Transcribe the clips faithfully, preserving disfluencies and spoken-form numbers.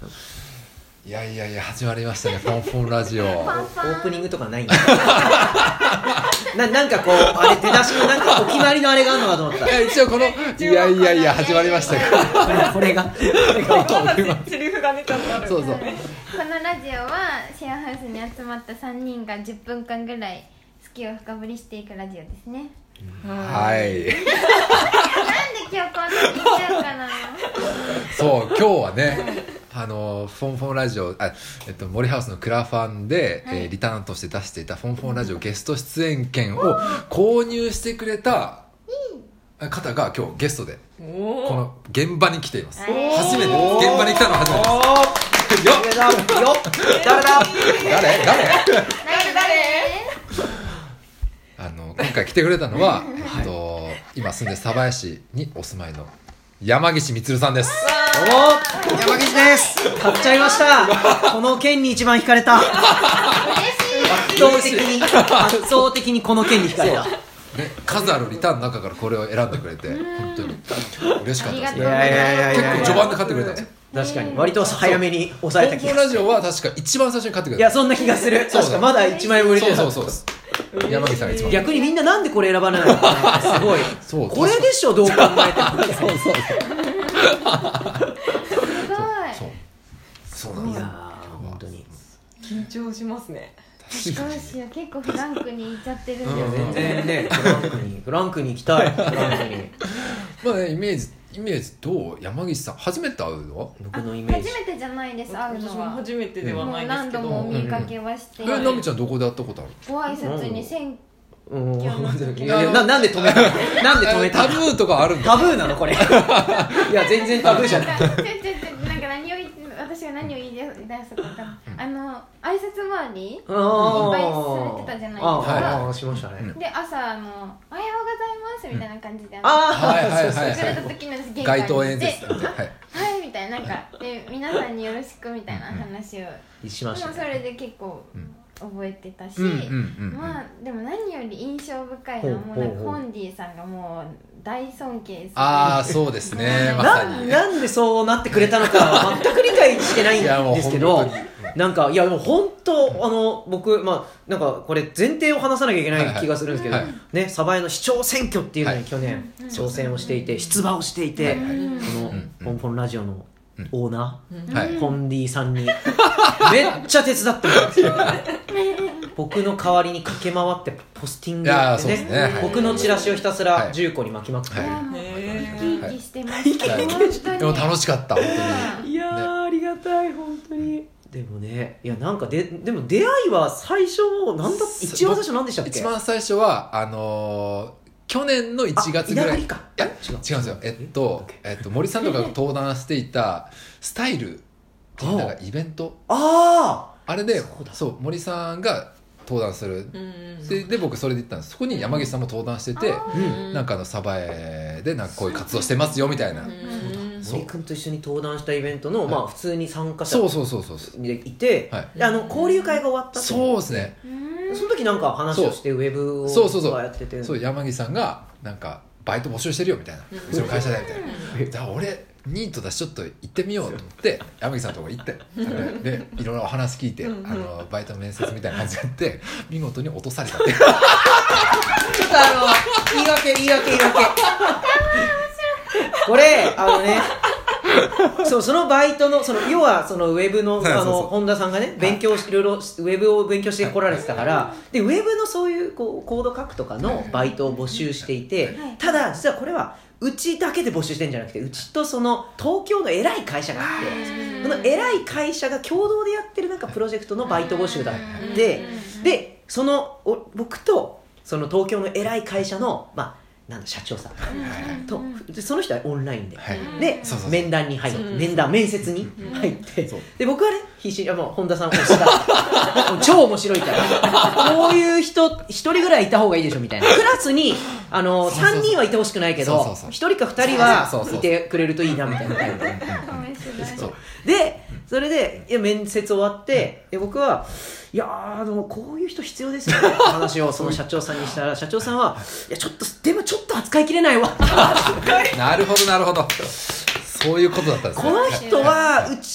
いやいやいや始まりましたねフォンフォンラジオ。 オープニングとかないんだな, なんかこうあれ出だしのなんかお決まりのあれがあるのかと思った。 いや一応このいやいやいや始まりましたからこれがセリフがねちゃんとある。 そうそう。 このラジオはシェアハウスに集まったさんにんがじゅっぷんかんぐらい好きを深掘りしていくラジオですね。 はい。 なんで今日こんなに言っちゃうかな。 そう今日はねあのフォンフォンラジオあ、えっと、森ハウスのクラファンで、はいえー、リターンとして出していたフォンフォンラジオゲスト出演権を購入してくれた方が今日ゲストでこの現場に来ています。初めてです。現場に来たのは初めてです。よっよっ誰だ誰誰誰誰あの今回来てくれたのは、えっと、今住んでる鯖江市にお住まいの山岸充さんです。 どうも山岸です。買っちゃいました。この件に一番惹かれた。圧倒的に圧倒的にこの件に惹かれた。 ね、数あるリターンの中からこれを選んでくれて本当に嬉しかったですね。 いやいやいやいや結構序盤で買ってくれたんですよ。 確かに割と早めに抑えた気がする。 フォンフォンラジオは確か一番最初に買ってくれた。 いやそんな気がする。確かまだいちまん円売れてた。 そうそうそうです山岸さんが一番逆にみんななんでこれ選ばないのかなってすごいそうこれでしょどう考えてもそうそうそうそうなんです。 いや本当に緊張しますね。 どうしよう結構フランクに言っちゃってるんですよ、 うん全然ねフランクにフランクに行きたいフランクにまあねイメージイメージどう山岸さん初めて会うの？ 僕のイメージ初めてじゃないです。会う私ものは初めてではもないうですけど、 何度もお見かけはして、 えナミちゃんどこで会ったことある？ ご挨拶に選うんい挙の時やいやななんで止めたのなんで止めたのタブーとかあるんだ。 タブーなのこれいや全然タブーじゃないなんかちょちょちょなんか何を言って私が何を言い出すか分かんない。あの挨拶回りいっぱいされてたじゃないですか。 ああしましたね、 で朝のおはようございますみたいな感じで、 あはいはいはい来られた時に私玄関に街頭演行って説はいはいみたいななんかで皆さんによろしくみたいな話をしましたねもうそれで結構覚えてたし、 うんうんうんうんまあでも何より印象深いのはもうなんかホンディさんがもう大尊敬する。 ああそうですねまさに。 ななんでそうなってくれたのかは全く理解してないんですけどなんかいやでも本当あの僕まあなんかこれ前提を話さなきゃいけない気がするんですけど、 はいはいね鯖江の市長選挙っていうのに去年はい挑戦をしていて出馬をしていて、 はいはいこのポンポンラジオのオーナー、 はいポンディさんにめっちゃ手伝ってもらって僕の代わりに駆け回ってポスティングいやーでそうですねはい僕のチラシをひたすらじゅうこに巻きまくって、 はいいやもうへ生き生きしてました、 はい本当にでも楽しかった本当に。 いやー、ありがたい本当に。でもねいやなんかででも出会いは最初なんだ一番最初何でしたっけ？ 一番最初はあのー去年のいちがつぐらい。 あ稲刈りかいや違う違うんですよ。えっとえっと森さんとかが登壇していたスタイルっていうなんかイベントああれでそうだそう森さんが登壇するうんでで僕それで行ったんです。そこに山岸さんも登壇してて、 あ、うん、 なんかあの鯖江でなんかこういう活動してますよみたいな。 森君と一緒に登壇したイベントの、 はいまあ普通に参加者そうそうそうそう。 でいて、 はいであの交流会が終わったってそうですね。 その時なんか話をしてウェブをそうそうそうやっててそう山岸さんがなんかバイト募集してるよみたいな、うちの会社でみたいな、じゃあ俺ニートだしちょっと行ってみようと思って山岸さんのとこ行ってでいろいろお話聞いて、あのバイトの面接みたいな感じでやって見事に落とされたっていうちょっとあの言い訳言い訳言い訳これあのねそうそのバイトのその要はそのウェブのあの本田さんがね勉強しいろいろウェブを勉強してこられてたからでウェブのそういうこうコード書くとかのバイトを募集していてただ実はこれはうちだけで募集してるんじゃなくてうちとその東京の偉い会社があってこの偉い会社が共同でやってるなんかプロジェクトのバイト募集だってでそのお僕とその東京の偉い会社のまあなんだ社長さんとでその人はオンラインで、 はいでそうそうそう面談に入って、 うん面談面接に入って、 そうで僕はね必死にあもう本田さんを推した超面白いからこういう人一人ぐらいいた方がいいでしょみたいなクラスにあのそうそうそうさんにんはいてほしくないけどそうそうそうひとりかふたりはそうそうそういてくれるといいなみたいなタイプで面白いそうでそれでいや面接終わってで僕はいやーでもこういう人必要ですよねって話をその社長さんにしたら社長さんはいやちょっとでもちょっと扱いきれないわなるほどなるほどそういうことだったんですね。 この人はうちちょっと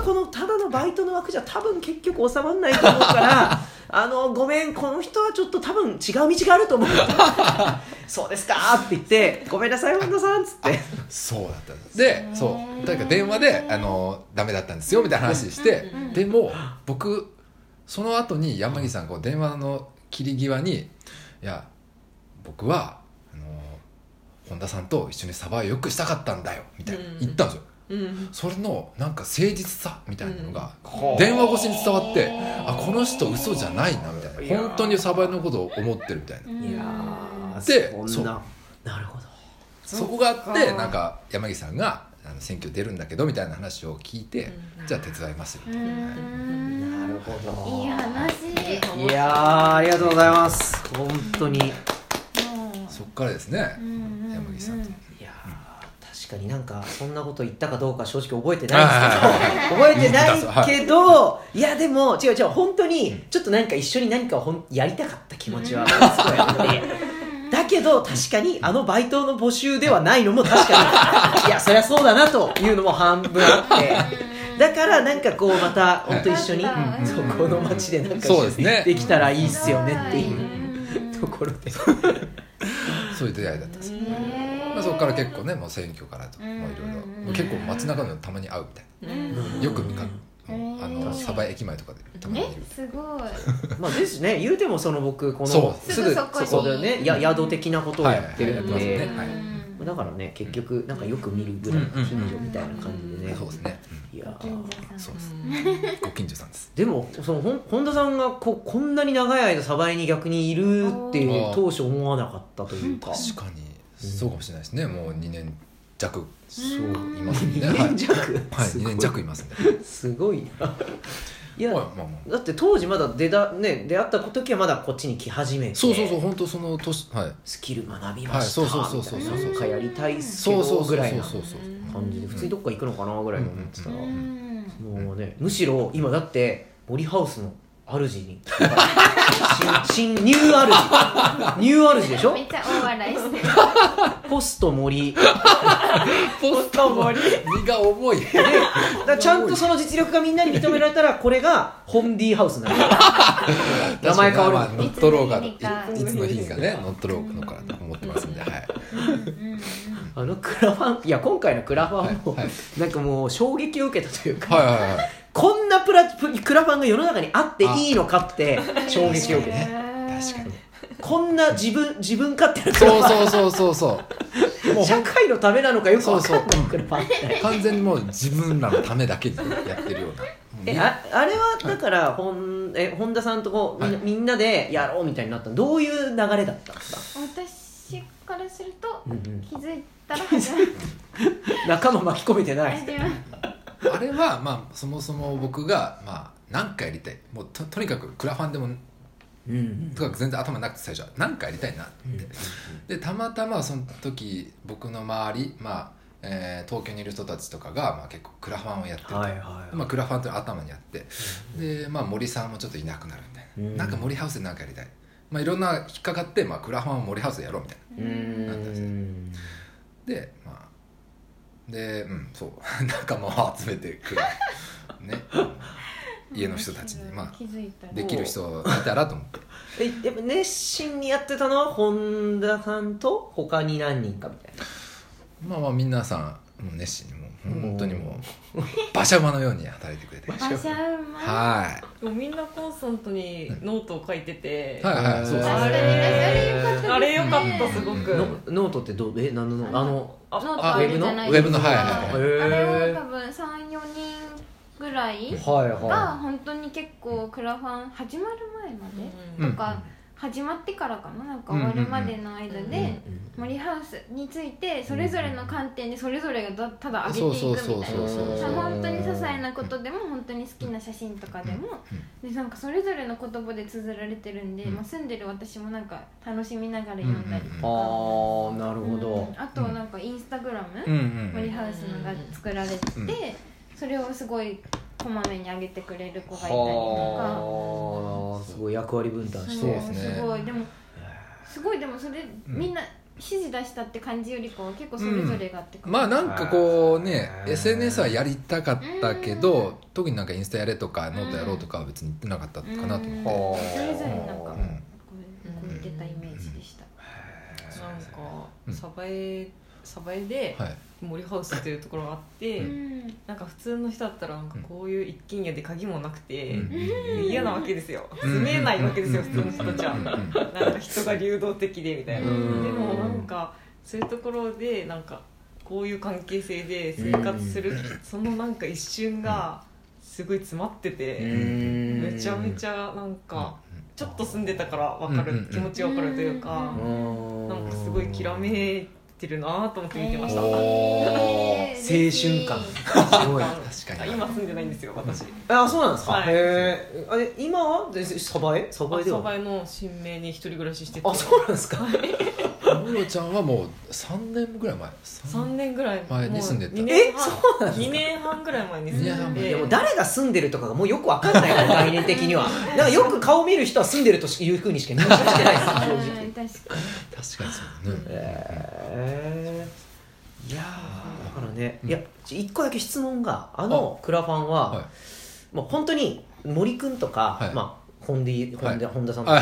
このただのバイトの枠じゃ多分結局収まんないと思うからあのごめんこの人はちょっと多分違う道があると思うそうですかって言ってごめんなさい本田さんっつってそうだったんですでそうだから電話であのダメだったんですよみたいな話して、うん、でも僕その後に山岸さんこう電話の切り際にいや僕はあの本田さんと一緒にサバをよくしたかったんだよみたいな言ったんですよ、うん、それのなんか誠実さみたいなのが電話越しに伝わって、あこの人嘘じゃないなみたいな、本当にサバのことを思ってるみたいな、 いやでそんななるほどそこがあってなんか山岸さんがあの選挙出るんだけどみたいな話を聞いて、うん、じゃあ手伝いますよみたいな、 なるほどいい話いやありがとうございます本当にそっからですね、山岸さんと、いや確かになんかそんなこと言ったかどうか正直覚えてないんですけど覚えてないけどいやでも違う違う本当にちょっとなんか一緒に何かをほんやりたかった気持ちはすごいあってだけど確かにあのバイトの募集ではないのも確かにいやそりゃそうだなというのも半分あってだからなんかこうまた本当一緒に、はい、そこの街でなんかできたらいいっすよねっていうところでそういう出会いだったんですよ、まあ、そこから結構ねもう選挙からといろいろ結構街中のたまに会うみたいな、よく見かけあの鯖江駅前とかでたまにいる。 えすごいまあですね言うてもその僕このすぐそこでねや宿的なことをやってるんでだからね結局なんかよく見るぐらいの近所みたいな感じでね、 そうですね、 いやそうですご近所さんです。 でもその本田さんがここんなに長い間鯖江に逆にいるっていう当初思わなかったというか、 確かにそうかもしれないですね、もうにねん弱そういますんで、 にねん弱はいにねん弱いますんですごいないや、まあまあまあ、だって当時まだ出だ、ね、出会った時はまだこっちに来始めてそうそうそう本当その年、はい、 スキル学びました、 はい、そうそうそうそうなんかやりたいっすけどぐらいな感じで普通にどっか行くのかなぐらいに思ってたら、もうねむしろ今だって森ハウスの主に新, 新ニュー主ニュー主でしょ。 めっちゃ大笑いしてるポスト森ポスト森身が重いでだちゃんとその実力がみんなに認められたらこれがホンディーハウスになる名前変わる、 まあ、乗っ取ろうが い, いつの日がね乗っ取ろうのかなと思ってますんで、はい、 あのクラファンいや今回のクラファンも、はい、なんかもう衝撃を受けたというか、はいはいはい、こんなプラクラファンが世の中にあっていいのかって衝撃を受けて、確かにこんな自分自分勝手なクラファンそうそうそうそうもう社会のためなのかよく分かんないクラファンって完全にもう自分らのためだけにやってるようなえ あ, あれはだから、はい、本, え本田さんとこうみんな、はい、みんなでやろうみたいになったどういう流れだったんですか。 私からすると、うんうん、気づいたら仲間巻き込めてないあれはまあそもそも僕がまあ何かやりたいもう と, とにかくクラファンでも、うんうん、とにかく全然頭なくて最初は何かやりたいなって、うんうん、でたまたまその時僕の周りまあえー、東京にいる人たちとかが、まあ、結構クラファンをやってると、はいはいはい、まあ、クラファンって頭にあって、うん、で、まあ、森さんもちょっといなくなるみたいな、うん、なんか森ハウスで何かやりたい、まあ、いろんな引っかかって、まあ、クラファンを森ハウスでやろうみたいな、うん、なんですね。でまあでうんそう仲間を集めてくるね家の人たちに、まあ、できる人いたらと思ってえやっぱ熱心にやってたのは本田さんと他に何人かみたいな。 まあまあ皆さんもう熱心にもう本当にもう馬車馬のように働いてくれて馬車馬はいもうみんなコンスタントにノートを書いてて、 はいはいそうですねあれあれよかったすごくノートってどうえ何のあのあノートウェブのウェブのはいはいあれを多分 さん,よ 人ぐらいが本当に結構クラファン始まる前までとか始まってからかななんか終わるまでの間で森ハウスについてそれぞれの観点でそれぞれがただ上げていくみたいな本当に些細なことでも本当に好きな写真とかでもでなんかそれぞれの言葉で綴られてるんで、まあ、住んでる私もなんか楽しみながら読んだりとか、 ああなるほど、うん、 あとなんかインスタグラム森ハウスのが作られててそれをすごいこまめに上げてくれる子がいたりとかすごい役割分担してですねすごいでもすごいでもそれみんな指示出したって感じよりかは結構それぞれがって感じ、 うん、まあなんかこうね エスエヌエス はやりたかったけど、特になんかインスタやれとかノートやろうとかは別に言ってなかったかなと思って、 それぞれなんかうんこう言ってたイメージでした。 なんかサバエサバエで森ハウスっていうところがあって、はい、なんか普通の人だったらなんかこういう一軒家で鍵もなくて、うん、嫌なわけですよ、住めないわけですよ、普通の人たちは、なんか人が流動的でみたいな、でもなんかそういうところでなんかこういう関係性で生活する、そのなんか一瞬がすごい詰まってて、めちゃめちゃなんかちょっと住んでたから分かる、気持ち分かるというか、なんかすごいきらめいてるなと思って見てました。青春感すごい。 確かに今住んでないんですよ私。 あ、そうなんですか。 はい、 へあれ今はサバエサバエではサバエの新名に一人暮らししてて。 あ、そうなんですか。 ムロちゃんはもうさんねんぐらい前さんねんぐらい前に住んでた。 え、そうなんですか。 にねんはんぐらい前に住んでて、 でも誰が住んでるとかがもうよくわかんないから概念的には。だからよく顔見る人は住んでるというふうにしか認識してないです正直。 確かに確かにそうね。 えー、いやだからね、いや一個だけ質問が、あのクラファンは、はい、もう本当に森くんとか、はい、まあ本田本田本田さんとか、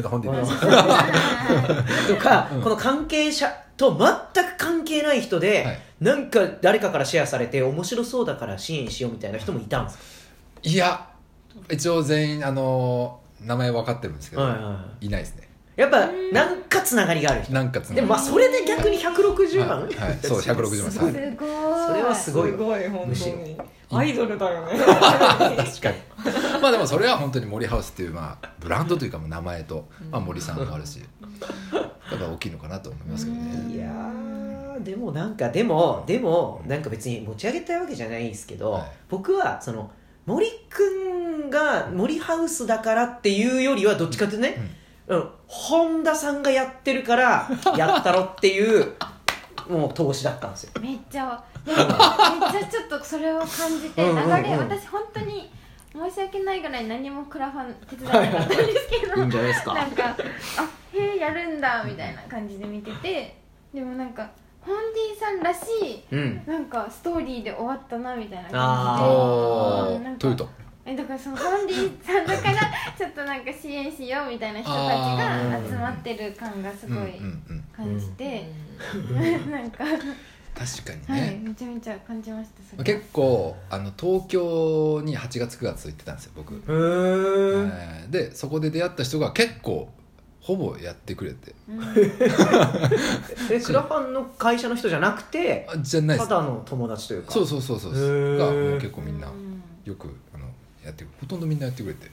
とか、うん、この関係者と全く関係ない人で、はい、なんか誰かからシェアされて面白そうだから支援しようみたいな人もいたんですか？ いや、一応全員あの名前分かってるんですけど、はいはいはい、いないですね。 やっぱ何かつながりがある人。 なんかつながり。 でもまあそれで逆にひゃくろくじゅうまん、はいはい、そうひゃくろくじゅうまん。 すごい。それはすごい。 すごい本当に。アイドルだよね。 確かに。まあでもそれは本当に森ハウスっていうまあブランドというか名前と、まあ、森さんもあるし、だから大きいのかなと思いますけどね。 いやーでもなんかでもでもなんか別に持ち上げたいわけじゃないですけど、はい、僕はその森くんが森ハウスだからっていうよりはどっちかというとね。うんうん、本田さんがやってるからやったろっていうもう投資だったんですよ。 めっちゃでもめっちゃちょっとそれを感じて流れ、うんうんうん、私本当に申し訳ないぐらい何もクラファン手伝えなかったんですけど、 いいんじゃないですか。 なんかあへえやるんだみたいな感じで見てて、でもなんかホンディさんらしい、うん、なんかストーリーで終わったなみたいな感じで、あなんかというとえだからそのホンディさんだからちょっとなんか支援しようみたいな人たちが集まってる感がすごい感じて、なんか確かにね、 はい、めちゃめちゃ感じました。それ結構あの東京にはちがつくがつ行ってたんですよ僕。へー、 えー、でそこで出会った人が結構ほぼやってくれて、うん、 えクラファンの会社の人じゃなくてじゃないです、 ただの友達というか、 そうそうそうそうがもう結構みんなよくあのやってほとんどみんなやってくれて、へ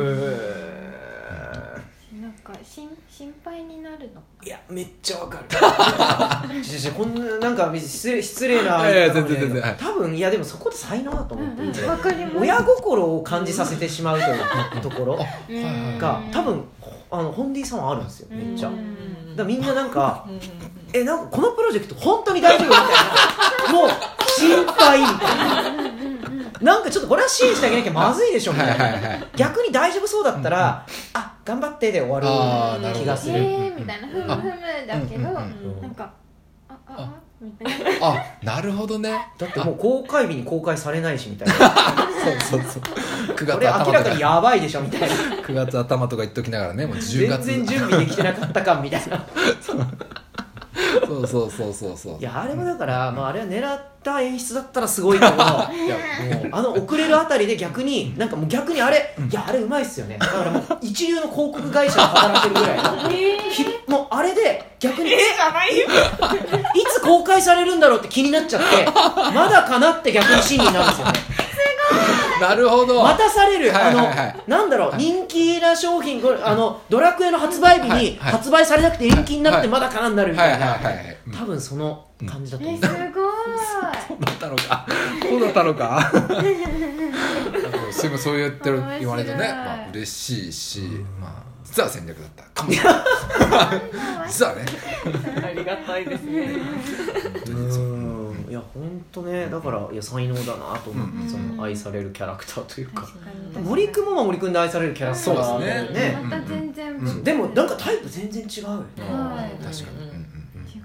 え。 なんか心心配になるのか。 いやめっちゃわかる。こんななんか失礼失礼な。 いやいや全然全然。 多分いやでもそこで才能だと思っていて、 うんうん、わかります。 親心を感じさせてしまうというところが多分あのホンディさんはあるんですよめっちゃ。だからみんななんかえなんかこのプロジェクト本当に大丈夫みたいなもう心配みたいな。なんかちょっとこれは支援してあげなきゃまずいでしょみたいな、はいはいはい、逆に大丈夫そうだったら、うん、あ頑張ってで終わる気がする。 えーみたいなふむふむだけど、うんうん、なんかあああみたいな。 あなるほどね。 だってもう公開日に公開されないしみたいな。 そうそうそう。くがつこれ明らかにやばいでしょみたいな。 くがつ頭とか言っときながらねもうじゅうがつ全然準備できてなかったかみたいな。 そうそうそうそうそう。 いやあれもだから、まあ、あれは狙った演出だったらすごいけどいやもうあの遅れるあたりで逆になんかもう逆にあれいやあれうまいっすよね。だからもう一流の広告会社が働いてるぐらいの、えー、もうあれで逆にえじゃないよいつ公開されるんだろうって気になっちゃってまだかなって逆に心理になるんですよね。 なるほど。 待たされる、 はいはいはい、 あのなんだろう、はい、人気な商品これあのドラクエの発売日に発売されなくて延期になってまだかなになるみたいな、多分その感じだと思う。 えすごい。 そうだったのか。そうだったのか。すぐそう言ってる言われるとね、まあ嬉しいし、まあ実は戦略だったかも。実はね。 ありがたいですね。 いや本当ね、だからいや才能だなと思って、うん、その愛されるキャラクターというか、森くんも森くんで愛されるキャラクターそうですね。 また全然、 うん、でもなんかタイプ全然違うよね。 はい、 確かに、うんうん、 違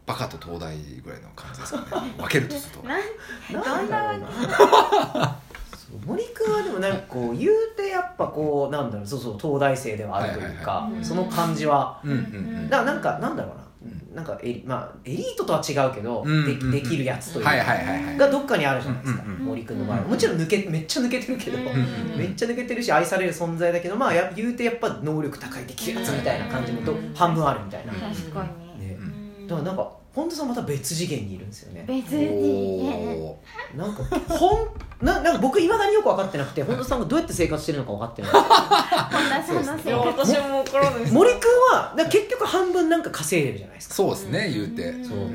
バカと東大ぐらいの感じですかね分けるとするとどんなわけ森君はでもなんかこう言うてやっぱこうなんだろうそうそう東大生ではあるというか、はいはいはい、その感じは、うんうんうん、だからなんかなんだろうななんかエリ、まあ、エリートとは違うけど、うんうんうん、で, できるやつというか、はいはいはいはい、がどっかにあるじゃないですか、うんうんうん、森君の場合はもちろん抜けめっちゃ抜けてるけど、うんうん、めっちゃ抜けてるし愛される存在だけど、まあ、や言うてやっぱ能力高いできるやつみたいな感じもと、うん、半分あるみたいな、 確かに、 ね、だからなんか本田さんまた別次元にいるんですよね。 別次元なんかほんななんか僕いまだによく分かってなくて本田さんがどうやって生活してるのか分かってない本田さんの生活私も分からないです。 森君は結局半分なんか稼いでるじゃないですか。 そうですね言うてそう、うん、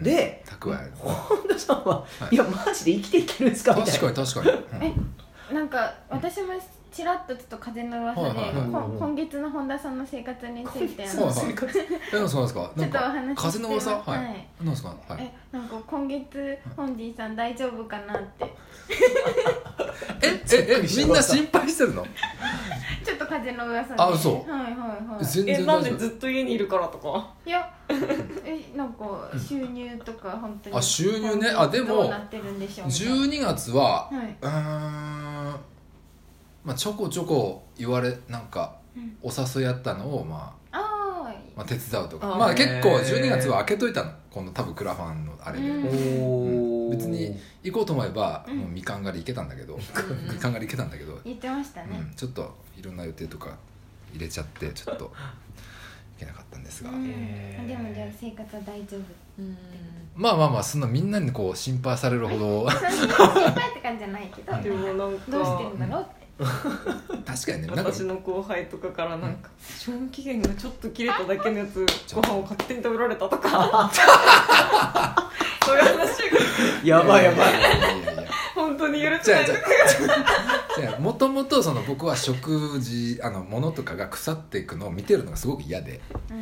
で蓄え本田さんは、はい、いやマジで生きていけるんですかみたいな。 確かに確かに、 うん、えなんか私もちらっとちょっと風の噂で、はいはいはいはい、今月の本田さんの生活についてそう生活えなんですかちょっとお話し風の噂はい、 はい、 なんですか、はい、 えなんか今月本人さん大丈夫かなってえええみんな心配してるのちょっと風の噂であ嘘はいはいはい全然えなんでずっと家にいるからとかいやえなんか収入とか本当にあ収入ねあでもどうなってるんでしょうじゅうにがつは、 はい、 うーんまあ、ちょこちょこ言われなんかお誘いあったのを、まあ、 あ、 まあ手伝うとかまあ結構じゅうにがつは開けといたのこの多分クラファンのあれで、うん、別に行こうと思えば、うん、もうみかん狩り行けたんだけど、うん、みかん狩り行けたんだけど言ってましたね、 うん、ちょっといろんな予定とか入れちゃってちょっと行けなかったんですが、 うん、でもじゃあ生活は大丈夫、うん、 まあまあまあそんなみんなにこう心配されるほど心配って感じじゃないけどでもなんかどうしてるんだろうって確かにね私の後輩とかからなんか、うん、賞味期限がちょっと切れただけのやつご飯を勝手に食べられたとかそういう話がやばいやばい本当に許せないとかもともとその僕は食事あの物とかが腐っていくのを見てるのがすごく嫌で、うん、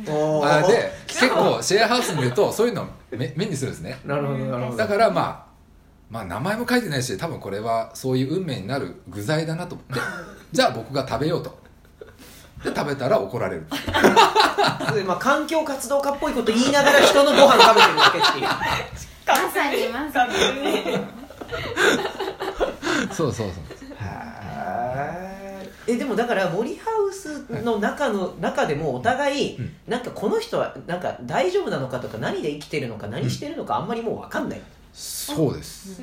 あで結構シェアハウスにいるとそういうのを目にするんですね。 なるほどなるほど。 だからまあまあ名前も書いてないし多分これはそういう運命になる具材だなと思ってじゃあ僕が食べようとで食べたら怒られるまあ環境活動家っぽいこと言いながら人のご飯食べてるだけっていうまさにまさにそうそうそうえでもだから森ハウスの中の中でもお互い、うん、なんかこの人はなんか大丈夫なのかとか何で生きてるのか何してるのかあんまりもう分かんない、うんそうです、 うん、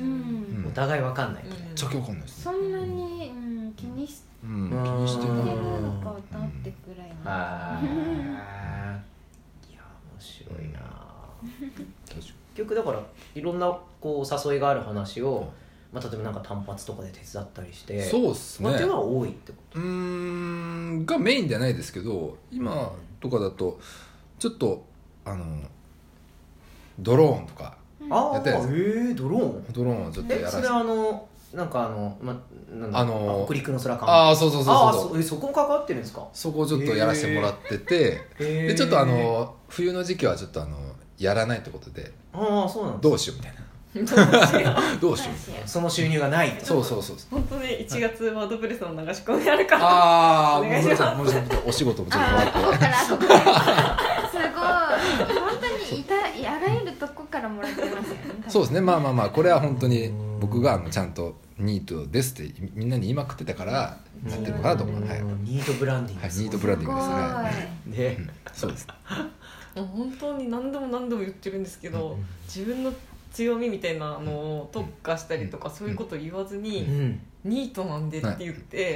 お互い分かんないみたいな、 めっちゃ分かんないですそんなに、うん、気にし、 うん、気にしてるのか歌ってくらいの、うん、 あいや面白いな結局だからいろんなこう誘いがある話を、まあ、例えばなんか単発とかで手伝ったりしてそうっすね、 まあ、っていうのは多いってことうーんがメインではないですけど今とかだとちょっとあのドローンとかああ、えー、ドローンドローンをちょっとやらせてそれはあのなんかあの、ま、なんだあの北陸の空間ああそうそうそうそうそうそこ関わってるんですかそこをちょっとやらせてもらってて、えー、でちょっとあの冬の時期はちょっとあのやらないってことでああそうなんどうしようみたいなどうしようその収入がないとそうそうそう本当にいちがつワードプレスの流し込みやるからああお願いしますもうお仕事もちょっと終わってすごい本当にいたあらゆるとこからもらってますよねそうですねまあまあまあこれは本当に僕があのちゃんとニートですってみんなに言いまくってたからなってるのかなと思う、はい、 ニートブランディング、 はい、ニートブランディングですねね、 うん、そうです本当に何度も何度も言ってるんですけど、うん、自分の強みみたいなのを特化したりとか、うん、そういうことを言わずに、うん、ニートなんでって言って、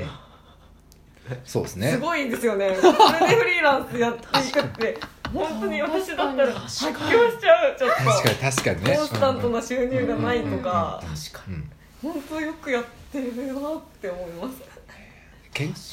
はい、そうですねすごいんですよねそれでフリーランスやっていくって本当に私だったら発狂しちゃうちょっと確かに確かにねコンスタントな収入がないとか確かに本当よくやってるなって思いますけん、うん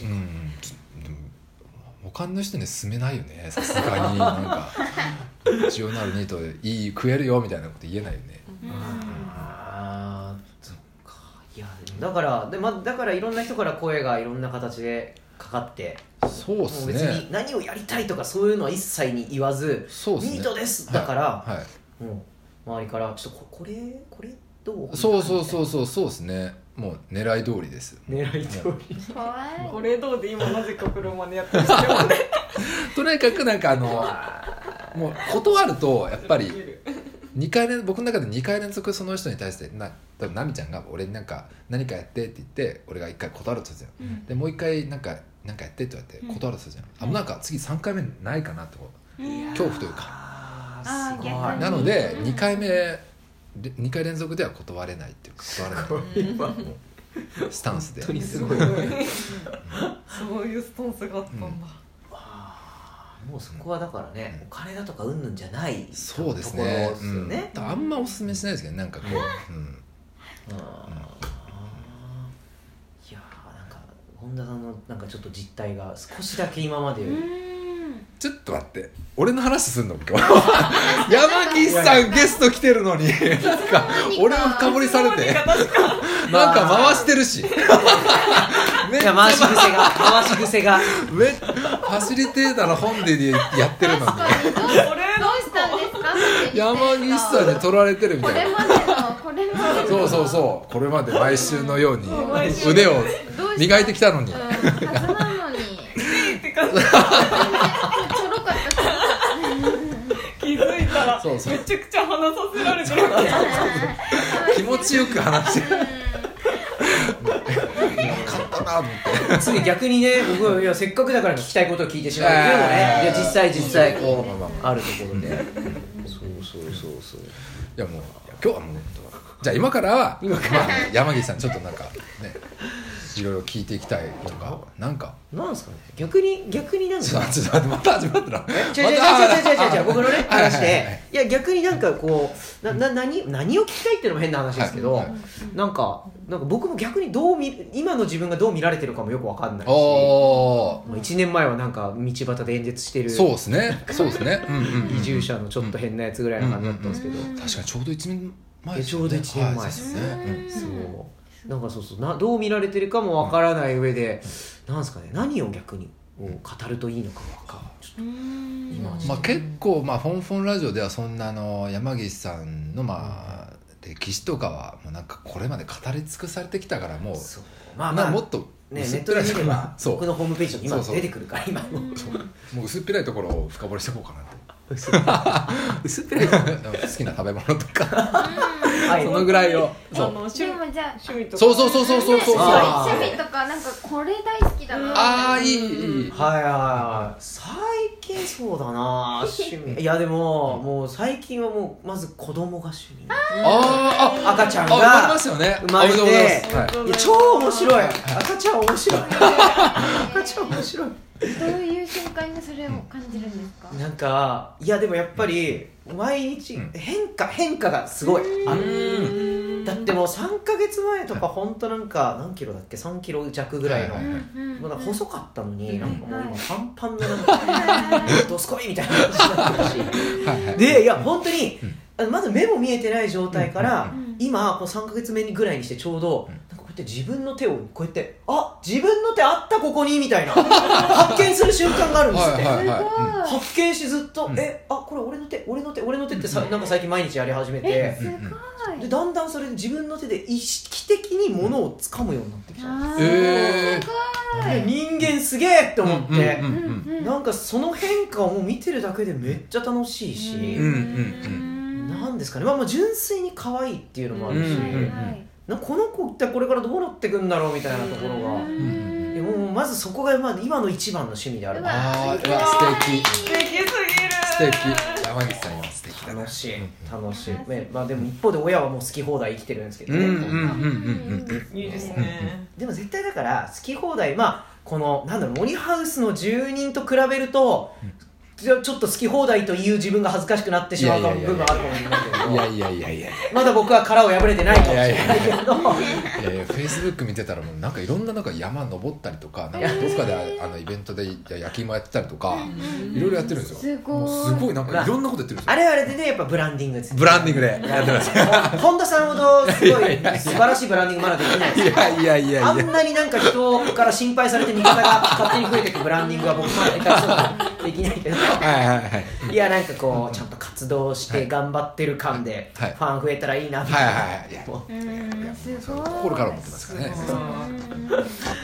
他の人に住めないよねさすがになんか需要のあるニートでいい食えるよみたいなこと言えないよね、うん、 あそっかいやだからで、ま、だからいろんな人から声がいろんな形でかかってそうっすね別に何をやりたいとかそういうのは一切に言わずそうっすねニートですだから、 はいはい、 もう周りからちょっとこれこれどうそうそうそうそうそうですねもう狙い通りです狙い通り怖いこれどうで今なぜかプロマネやってるんですよねとにかくなんかあのもう断るとやっぱりにかい連僕の中でにかい連続その人に対してななみちゃんが俺になんか何かやってって言って俺がいっかい断るとするじゃん、うん、でもういっかいなんかなんかやってって言われて断るとするじゃん、うん、あもうなんか次さんかいめないかなって恐怖というかあすごいなのでにかいめにかい連続では断れないっていうか断れないスタンスで本当にすごいそういうスタンスがあったんだ、うん、 もうそこはだからね、お金だとかうんぬんじゃないそうですね、 ところですよね、 うん、あんまおすすめしないですけどなんかこう、うんうん、 あいやーなんか本田さんのなんかちょっと実態が少しだけ今までよりちょっと待って俺の話すんの今日山岸さんゲスト来てるのになんか俺を深掘りされてなんか回してるしめっちゃ回し癖が回し癖がめファシリテーターの本でやってるのにどうしたんですか山岸さんに取られてるみたいなこれまでのこれまでのそうそうそうこれまで毎週のように腕を磨いてきたのに、 うん、はずなのにって感じちょろかった気づいたらそうそうめちゃくちゃ話させられてる気持ちよく話してる勝ったなと思って次逆にね僕はいやせっかくだから聞きたいことを聞いてしまうっていうのもねいや実際実際こうあるところでそうそうそうそういやもう今日はもうじゃあ今からは今から山岸さんちょっとなんかねいろいろ聞いていきたいとかなんかなんですかね逆に逆になんかちょっと待ってまた始まったな違う違う違う違う違う違う僕のね話でいや逆になんかこうなな何何を聞きたいっていうのも変な話ですけど、はいはい、なんかなんか僕も逆にどう見今の自分がどう見られてるかもよくわかんないしもういちねんまえはなんか道端で演説してるそうですねそうですね移住者のちょっと変なやつぐらいの感じだったんですけど、うんうんうん、 確かにちょうどいちねんまえですねちょうどいちねんまえですね、はい、うん、そうなんかそうそうなどう見られてるかもわからない上で、うん、なんですかね何を逆に語るといいのかわかんないちょっと今まあ結構まあフォンフォンラジオではそんなあの山岸さんのまあ歴史とかはもうなんかこれまで語り尽くされてきたからもうそうまあまあもっとね、ネットで見れば僕のホームページに今出てくるから今ももう薄っぺらいところを深掘りしていこうかなと薄っぺらい好きな食べ物とかそのぐらいをそうあの趣でもじゃあ趣味とかそうそうそうそうそうそう趣味とかなんかこれ大好きだなああいいいいはいはいはい最近そうだな趣味いやでももう最近はもうまず子供が趣味ああ赤ちゃんが生まれましたよね生まれていや超面白い赤ちゃん面白い赤ちゃん面白いどういう瞬間にそれを感じるんですか？ なんかいやでもやっぱり毎日変化変化がすごいあるだってもうさんかげつまえとか本当なんか何キロだっけさんキロ弱ぐらいのまだ細かったのになんかもう今パンパンでなんかどすこいみたいな感じになってるしでいや本当にまだ目も見えてない状態から今こうさんかげつめぐらいにしてちょうど自分の手をこうやってあ自分の手あったここにみたいな発見する瞬間があるんですって、はいはいはい、発見しずっと、うん、えあこれ俺の手俺の手俺の手ってさ、うん、なんか最近毎日やり始めてえすごいでだんだんそれで自分の手で意識的に物を掴むようになってきたんです、 えー、人間すげえって思って、うんうんうんうん、なんかその変化をもう見てるだけでめっちゃ楽しいし、うんうんうん、なんですかね、まあ、まあ純粋に可愛いっていうのもあるし、うんうんうんなこの子ってこれからどうなってくんだろうみたいなところが、うん、でもまずそこがまあ今の一番の趣味であるあー素敵素敵すぎる素敵山岸さんは素敵だ楽しい楽しい、ねまあ、でも一方で親はもう好き放題生きてるんですけどね、 うんうんうんうんうん、いいですねでも絶対だから好き放題まあこのなんだろう森ハウスの住人と比べると、うんちょっと好き放題という自分が恥ずかしくなってしまう部分はあるかもしれないけどいやいやいやいやまだ僕は殻を破れてないかもしれないけどいやいやいやフェイスブック見てたらもうなんかいろんななんか山登ったりとかなんかどっかであのイベントで焼き芋やってたりとかいろいろやってるんですよすごいすごいなんかいろんなことやってるんですよあれはあれでねやっぱブランディングですブランディングでやってます本田さんほどすごい素晴らしいブランディングまだできないですいやいやいやいやあんなになんか人から心配されて味方が勝手に増えていくブランディングは僕まだ下手そうできないけどはいはいはいいやなんかこうちゃんと活動して頑張ってる感でファン増えたらいいなみたいなはいはいはいいやもううんすごい心から思ってますからねそ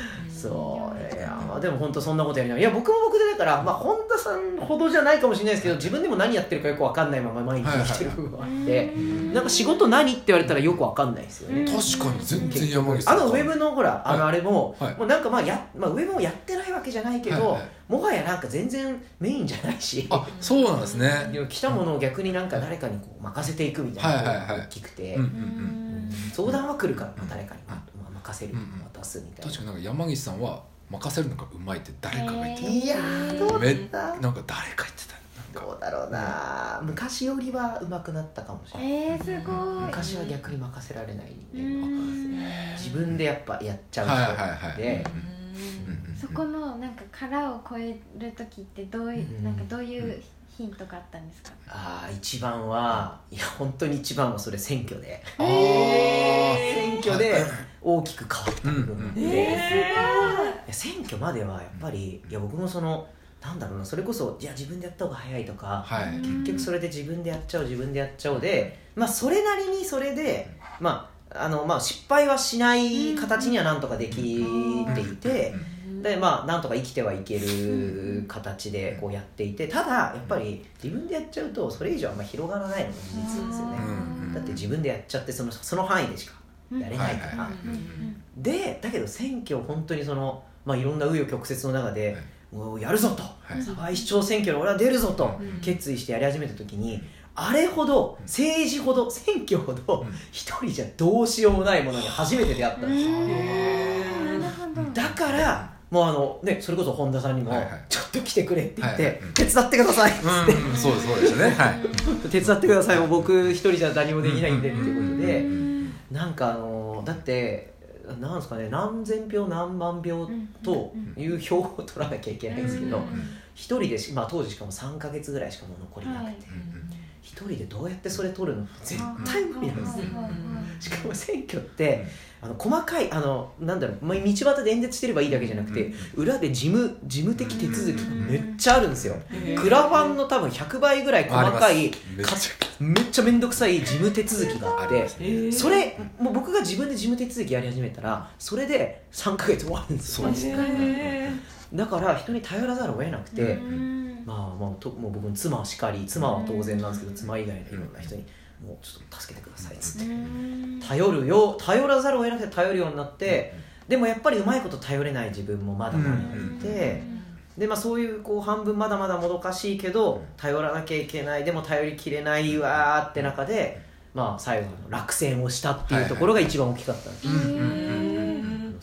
そういやでも本当そんなことやりながらいや僕も僕でだから、まあ、本田さんほどじゃないかもしれないですけど自分でも何やってるかよく分かんないまま毎日生きてる部分があって、はいはい、なんか仕事何って言われたらよく分かんないですよね。 確かに全然山口さんあのウェブのほら、はい、あのあれも、はい、もうなんかまあや、まあ、ウェブもやってないわけじゃないけど、はいはい、もはやなんか全然メインじゃないしあそうなんですね来たものを逆になんか誰かにこう任せていくみたいなのが大きくて相談は来るから、まあ、誰かに、まあ、任せる、うんうん、渡すみたいな。 確かになんか山岸さんは任せるのがうまいって誰かが言ってた、えー、 いやーどうだなんか誰か言ってたどうだろうな、うん、昔よりは上手くなったかもしれない、 えー、すごい。 昔は逆に任せられない人間自分でやっぱやっちゃう人でそこのなんか殻を超える時ってどういう、うん、なんかどういうヒントがあったんですか。 あ一番はいや本当に一番はそれ選挙であ選挙で大きく変わった部分で、 うんうん、えー、 すごい。選挙まではやっぱりいや僕もそのなんだろうなそれこそいや自分でやった方が早いとか、はい、結局それで自分でやっちゃおう自分でやっちゃおうで、まあ、それなりにそれで、まああのまあ、失敗はしない形にはなんとかできていて、でまあ、なんとか生きてはいける形でこうやっていてただやっぱり自分でやっちゃうとそれ以上あんま広がらないのが事実ですよね。だって自分でやっちゃってその、その範囲でしかやれないから、でだけど選挙本当にその、まあ、いろんな紆余曲折の中でもうやるぞと、はい、堺市長選挙に俺は出るぞと決意してやり始めた時に、あれほど政治ほど選挙ほど一人じゃどうしようもないものに初めて出会ったんですよ。だからもうあの、ね、それこそ本田さんにもちょっと来てくれって言って、はいはい、手伝ってくださいっつって、 うんうん、そうですそうでしたね、はい、 手伝ってくださいもう僕一人じゃ何もできないんでっていうことで、なんかあのだってなんですかね、何千票何万票という票を取らなきゃいけないんですけど、一人でし、まあ、当時しかもさんかげつぐらいしかもう残りなくて、一人でどうやってそれ取るの絶対無理なんですよ。しかも選挙ってあの細かいあのなんだろう、まあ、道端で演説してればいいだけじゃなくて、裏で事務事務的手続きがめっちゃあるんですよ。クラファンの多分ひゃくばいぐらい細かいめっちゃめんどくさい事務手続きがあって、それもう僕が自分で事務手続きやり始めたらそれでさんかげつ終わるんですよ。だから人に頼らざるを得なくて、まあまあともう僕の妻はしかり、妻は当然なんですけど、妻以外のいろんな人にもうちょっと助けてくださいっつって頼るよ頼らざるを得なくて頼るようになって、でもやっぱりうまいこと頼れない自分もまだまだいて、で、まあ、そういうこう半分まだまだもどかしいけど頼らなきゃいけない、でも頼りきれないわーって中で、まあ、最後の落選をしたっていうところが一番大きかったんです。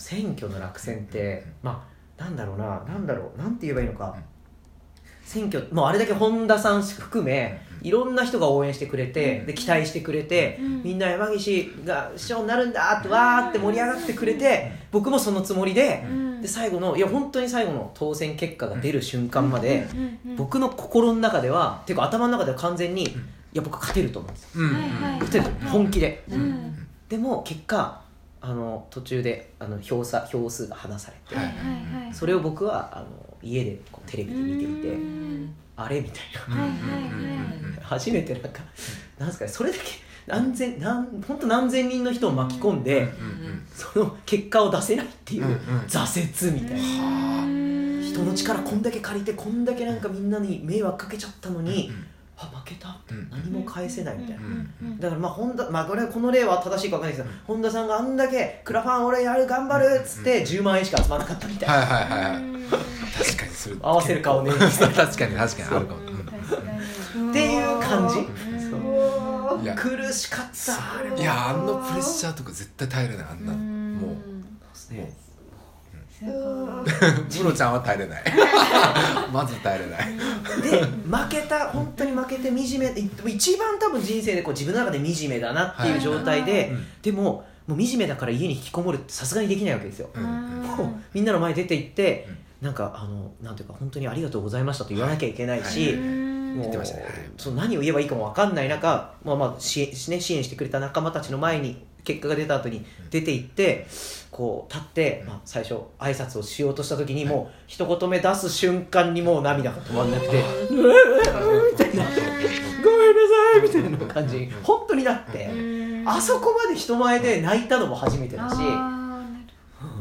選挙の落選ってまあなんだろうな、なんだろう、なんて言えばいいのか、選挙、もうあれだけ本田さん含めいろんな人が応援してくれて、で期待してくれて、みんな山岸が市長になるんだってわーって盛り上がってくれて、僕もそのつもりで、で最後のいや本当に最後の当選結果が出る瞬間まで、僕の心の中ではっていうか頭の中では完全にいや僕勝てると思うんですよ、勝てる本気で、でも結果あの途中であの票差票数が離されて、はいはいはい、それを僕はあの家でこうテレビで見ていて、あれみたいな、はいはいはい、初めてなんかなんですかね、それだけ何千何本当何千人の人を巻き込んで、うんうんうん、その結果を出せないっていう挫折みたいな、うんうん、人の力こんだけ借りてこんだけなんかみんなに迷惑かけちゃったのに、うんうん、あ負けたって何も返せないみたいな、うんうん、だからまあ本田、まあ、これこの例は正しいか分かんないですけど、本田さんがあんだけクラファン俺やる頑張るっつってじゅうまんえんしか集まらなかったみたいな、 はいはいはい、確かにそれ合わせる顔ね確かに確かにあるかも、 うん、っていう感じ、いや苦しかった。 いやあのプレッシャーとか絶対耐えれない、あんなもうね、ムロちゃんは耐えれないまず耐えれないで負けた、本当に負けて惨め、一番多分人生でこう自分の中で惨めだなっていう状態で、はいはい、でももう惨めだから家に引きこもるってさすがにできないわけですよ、うん、もうみんなの前出て行って、うん、なんかあのなんていうか本当にありがとうございましたと言わなきゃいけないし、はいはい、もう言ってましたね、その何を言えばいいかも分かんない中、まあまあ支援、ね、支援してくれた仲間たちの前に結果が出た後に出て行ってこう立って、まあ、最初挨拶をしようとした時にもう一言目出す瞬間にもう涙が止まんなくてうわみたいなごめんなさいみたいな感じ本当になって、あそこまで人前で泣いたのも初めてだし、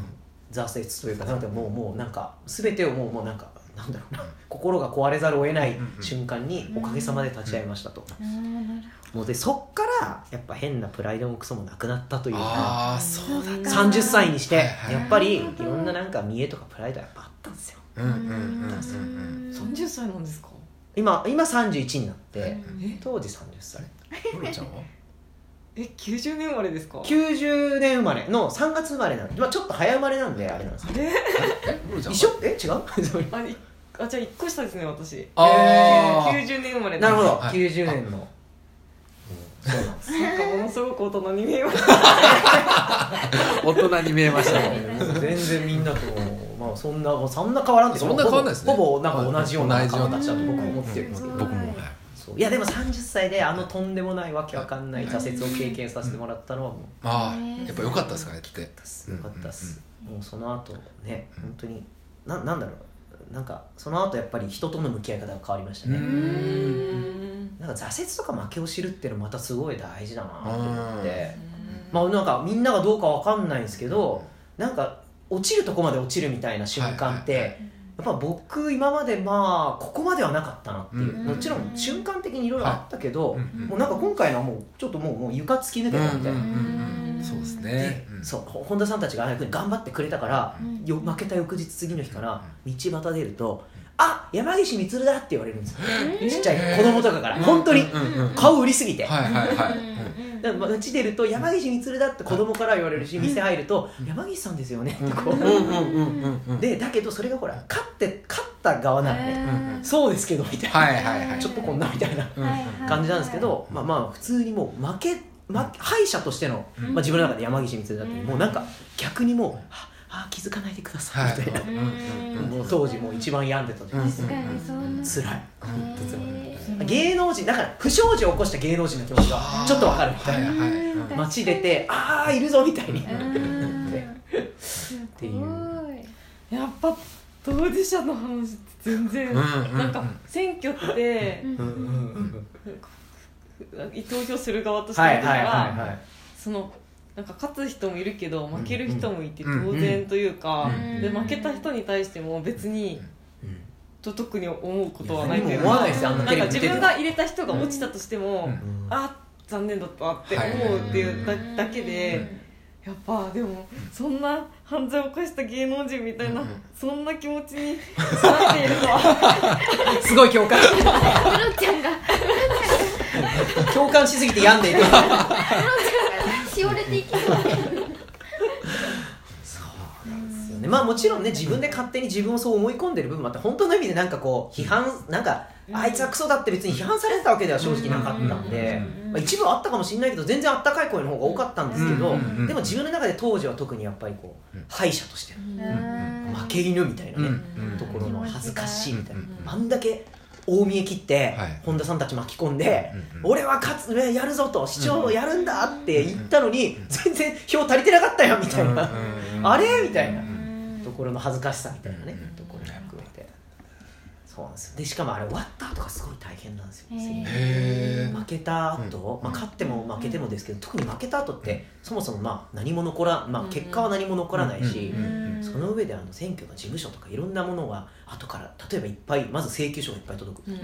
挫折というかなんかもうもうなんか全てをもうもうなんかなんだろうな心が壊れざるを得ない瞬間におかげさまで立ち会いましたと、うんうん、もうでそっからやっぱ変なプライドもクソもなくなったというか、 あそうださんじゅっさいにしてやっぱりいろんななんか見栄とかプライドはやっぱあったんですよ。 うんうんうんうん、さんじゅっさいなんですか。 今今さんじゅういちになって、え当時さんじゅっさい。 ムロちゃんはえきゅうじゅうねん生まれですか。 きゅうじゅうねん生まれのさんがつ生まれなんで、まあ、ちょっと早生まれなんであれなんですけど、 え一緒え違うああじゃあいっこ下ですね私。 あきゅうじゅうねん生まれなるほど、 はい、 きゅうじゅうねんの、うん、そうなんですなんかものすごく大人に見えました大人に見えましたね全然みんなとまあそんなそんな変わらんってそんな変わらないですね。 ほぼなんか同じような形だと僕は思ってるんですけど、 僕も、はい、 そういやでもさんじゅっさいであのとんでもないわけわかんない挫折を経験させてもらったのはもう、 ああやっぱ良かったですかねって。 よかったっす、もうその後ね本当にななんだろうなんかその後やっぱり人との向き合い方が変わりましたね。うーんなんか挫折とか負けを知るっていうのまたすごい大事だなと思って、まあなんかみんながどうかわかんないんですけどなんか落ちるとこまで落ちるみたいな瞬間って、はいはいはい、やっぱ僕今までまあここまではなかったなっていう、うん、もちろん瞬間的にいろいろあったけど、はい、もうなんか今回のはもうちょっともう、もう床突き抜けたみたいな、うんうんうん、 そうですね、 うん、そう本田さんたちが頑張ってくれたから、うん、よ負けた翌日次の日から道端出るとあ山岸充だって言われるんですよ、えー、ちっちゃい子供とかから、うん、本当に、うん、顔売りすぎて、はいはいはいだから街出ると山岸充だって子供から言われるし、店入ると山岸さんですよねってこうでだけどそれがほら勝って勝った側なんで、うん、そうですけどみたいな、はいはいはい、ちょっとこんなみたいな感じなんですけど、まあまあ普通にもう負け、ま、敗者としての、まあ、自分の中で山岸充だってもうなんか逆にもうあ気づかないでくださいみたいな、はい、もう当時もう一番病んでた時です、 確かにそうなんつらい本当つらい芸能人だから不祥事を起こした芸能人の気持ちがちょっと分かるみたいな、はいはい、街出てああいるぞみたいにっていうやっぱ当事者の話って全然、うん、なんか選挙って、うん、投票する側としてだから、はいはいはいはい、そのなんか勝つ人もいるけど負ける人もいて当然というか、うんうん、で負けた人に対しても別に、うん、と特に思うことはないというか、なんか自分が入れた人が落ちたとしても、うん、あ残念だったって思うっていう だ, だけでやっぱでもそんな犯罪を犯した芸能人みたいな、うん、そんな気持ちになっているとはすごい共感してるムロちゃんが共感しすぎて病んでいくムロちゃんがしおれていきそうそうなんですよね。まあもちろんね自分で勝手に自分をそう思い込んでる部分もあって本当の意味でなんかこう批判なんかあいつはクソだって別に批判されてたわけでは正直なかったんで、まあ、一部はあったかもしれないけど全然あったかい声の方が多かったんですけど、でも自分の中で当時は特にやっぱりこう敗者としての負け犬みたいなねところの恥ずかしいみたいな、あんだけ大見え切って、はい、本田さんたち巻き込んで、うんうん、俺は勝つやるぞと市長やるんだって言ったのに、うんうん、全然票足りてなかったよみたいな、うんうん、あれみたいなところの恥ずかしさみたいなね、うんうん、ところも含めてそうなんですよ。でしかもあれ終わった後がすごい大変なんですよ。へ負けた後、うんまあ、勝っても負けてもですけど、特に負けた後ってそもそもまあ何も残ら、まあ、結果は何も残らないし、その上であの選挙の事務所とかいろんなものは後から例えばいっぱいまず請求書がいっぱい届く、うん、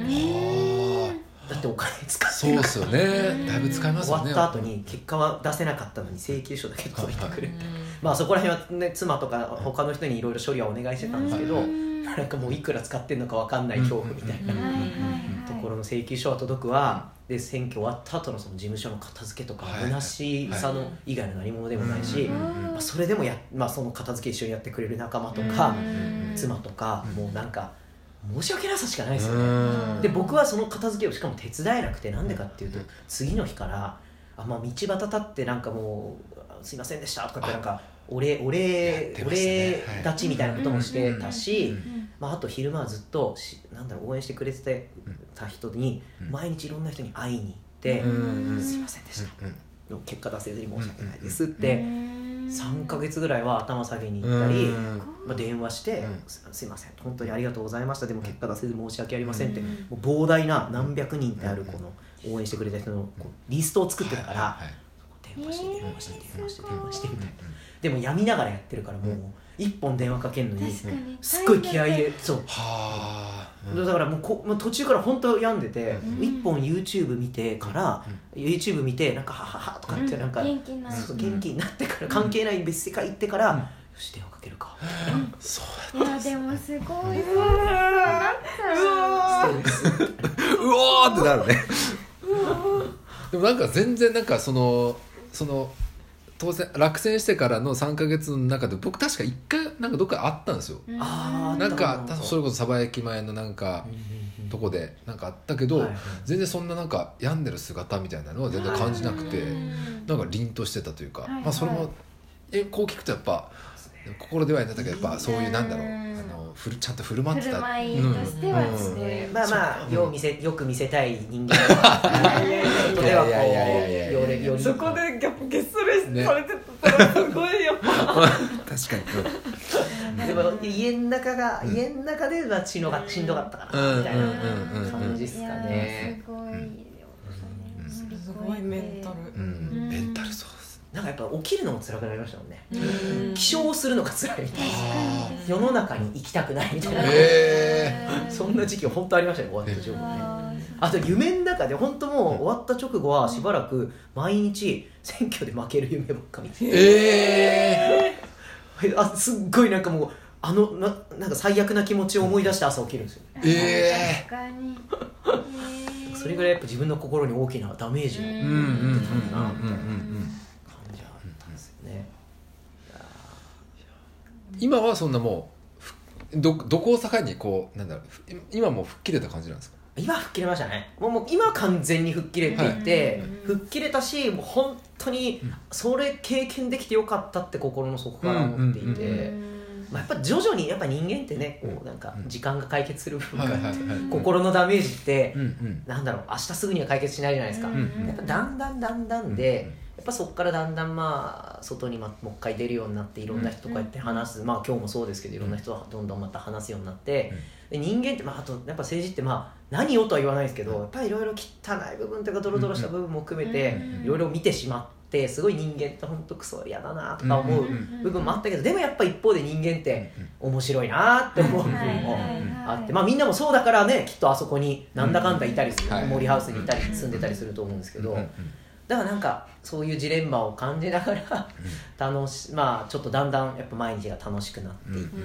だってお金使ってるからそうですよね、だいぶ使いますよね。 終わった後に結果は出せなかったのに請求書だけ届いてくるみたいな、まあそこら辺は、ね、妻とか他の人にいろいろ処理はお願いしてたんですけど、なんかもういくら使ってんのか分かんない恐怖みたいなところの請求書は届くわ。で選挙終わった後のその事務所の片付けとか虚しさの以外の何者でもないし、まあ、それでもや、まあ、その片付け一緒にやってくれる仲間とか妻とかもうなんか申し訳なさしかないですよね。で僕はその片付けをしかも手伝えなくて、なんでかっていうと次の日からあ、まあ、道端立ってなんかもうすいませんでしたとかってなんかお礼お礼お礼立ちみたいなこともしてたし、まあ、あと昼間はずっとしなんだろう応援してくれてた人に毎日いろんな人に会いに行ってすいませんでしたの結果出せずに申し訳ないですってさんかげつぐらいは頭下げに行ったり、まあ、電話してすいません本当にありがとうございました、でも結果出せず申し訳ありませんってもう膨大な何百人ってあるこの応援してくれた人のこうリストを作ってたから電話して電話して電話して電話してみたいな。ででも病みながらやってるからもう一本電話かけるのに確かにすっごい気合い入れそうはあ、 だからもうこもう途中から本当病んでて、 うん、 一本 YouTube 見てから、うん、YouTube 見てなんかハハハとかってなんか、 うん、元気になる元気になってから関係ない別世界行ってから、うん、よし電話かけるか、 うん、そうやったいやでもすごい、 うわーうわーってなるねでもなんか全然なんかそのその当選落選してからのさんかげつの中で僕確かいっかいなんかどっかあったんですよ、 あなんかそれこそ鯖駅前のなんかとこでなんかあったけど、はいはい、全然そんななんか病んでる姿みたいなのは全然感じなくて、なんか凛としてたというか、はいはい、まあそれもえこう聞くとやっぱ心ではなったけどやっぱそういうなんだろう、あのふるちゃんと振る舞ってた振る舞いとしてはですね、 うん、まあまあよう見せよく見せたい人間いやいやいやいやそこでギャップゲストレスされてたらすごいよ確かにでも家の中が、うん、家の中ではしんどかしんどかったかなみたいな感じですかね。 すごい、 すごいメンタル、 うん、メンタルそうなんかやっぱ起きるのも辛くなりましたもんね。起床するのが辛いみたいな、世の中に行きたくないみたいな、 えー、 そんな時期本当ありましたね、終わった直後ね。あと夢の中で本当もう終わった直後はしばらく毎日選挙で負ける夢ばっか見て、 えー、あすっごいなんかもうあの な, なんか最悪な気持ちを思い出して朝起きるんですよ、ね、 えー、 確かに、 えー、それぐらいやっぱ自分の心に大きなダメージを受けたんだなみたいな感じはあったんですよね。 今はそんなもう ど, どこを境にこうなんだろう今もう吹っ切れた感じなんですか？ 今吹っ切れましたね。もう、もう今は完全に吹っ切れていて、はい、吹っ切れたしもう本当にそれ経験できてよかったって心の底から思っていて、まあ、やっぱ徐々にやっぱ人間ってねこうなんか時間が解決する部分があって、心のダメージって、うんうん、なんだろう明日すぐには解決しないじゃないですか、うんうん、やっぱだんだんだんだんで、うんうん、やっぱそこからだんだんまあ外にもう一回出るようになっていろんな人とこうやって話す、うん、まあ今日もそうですけどいろんな人がどんどんまた話すようになって、で人間って、まあ、あとやっぱ政治ってまあ何をとは言わないですけどやっぱりいろいろ汚い部分というかドロドロした部分も含めていろいろ見てしまってすごい人間って本当クソ嫌だなとか思う部分もあったけど、でもやっぱ一方で人間って面白いなって思う部分もあって、まあみんなもそうだからねきっとあそこになんだかんだいたりする、森ハウスにいたり住んでたりすると思うんですけど、だからなんかそういうジレンマを感じながら楽し、まあちょっとだんだんやっぱ毎日が楽しくなっていって、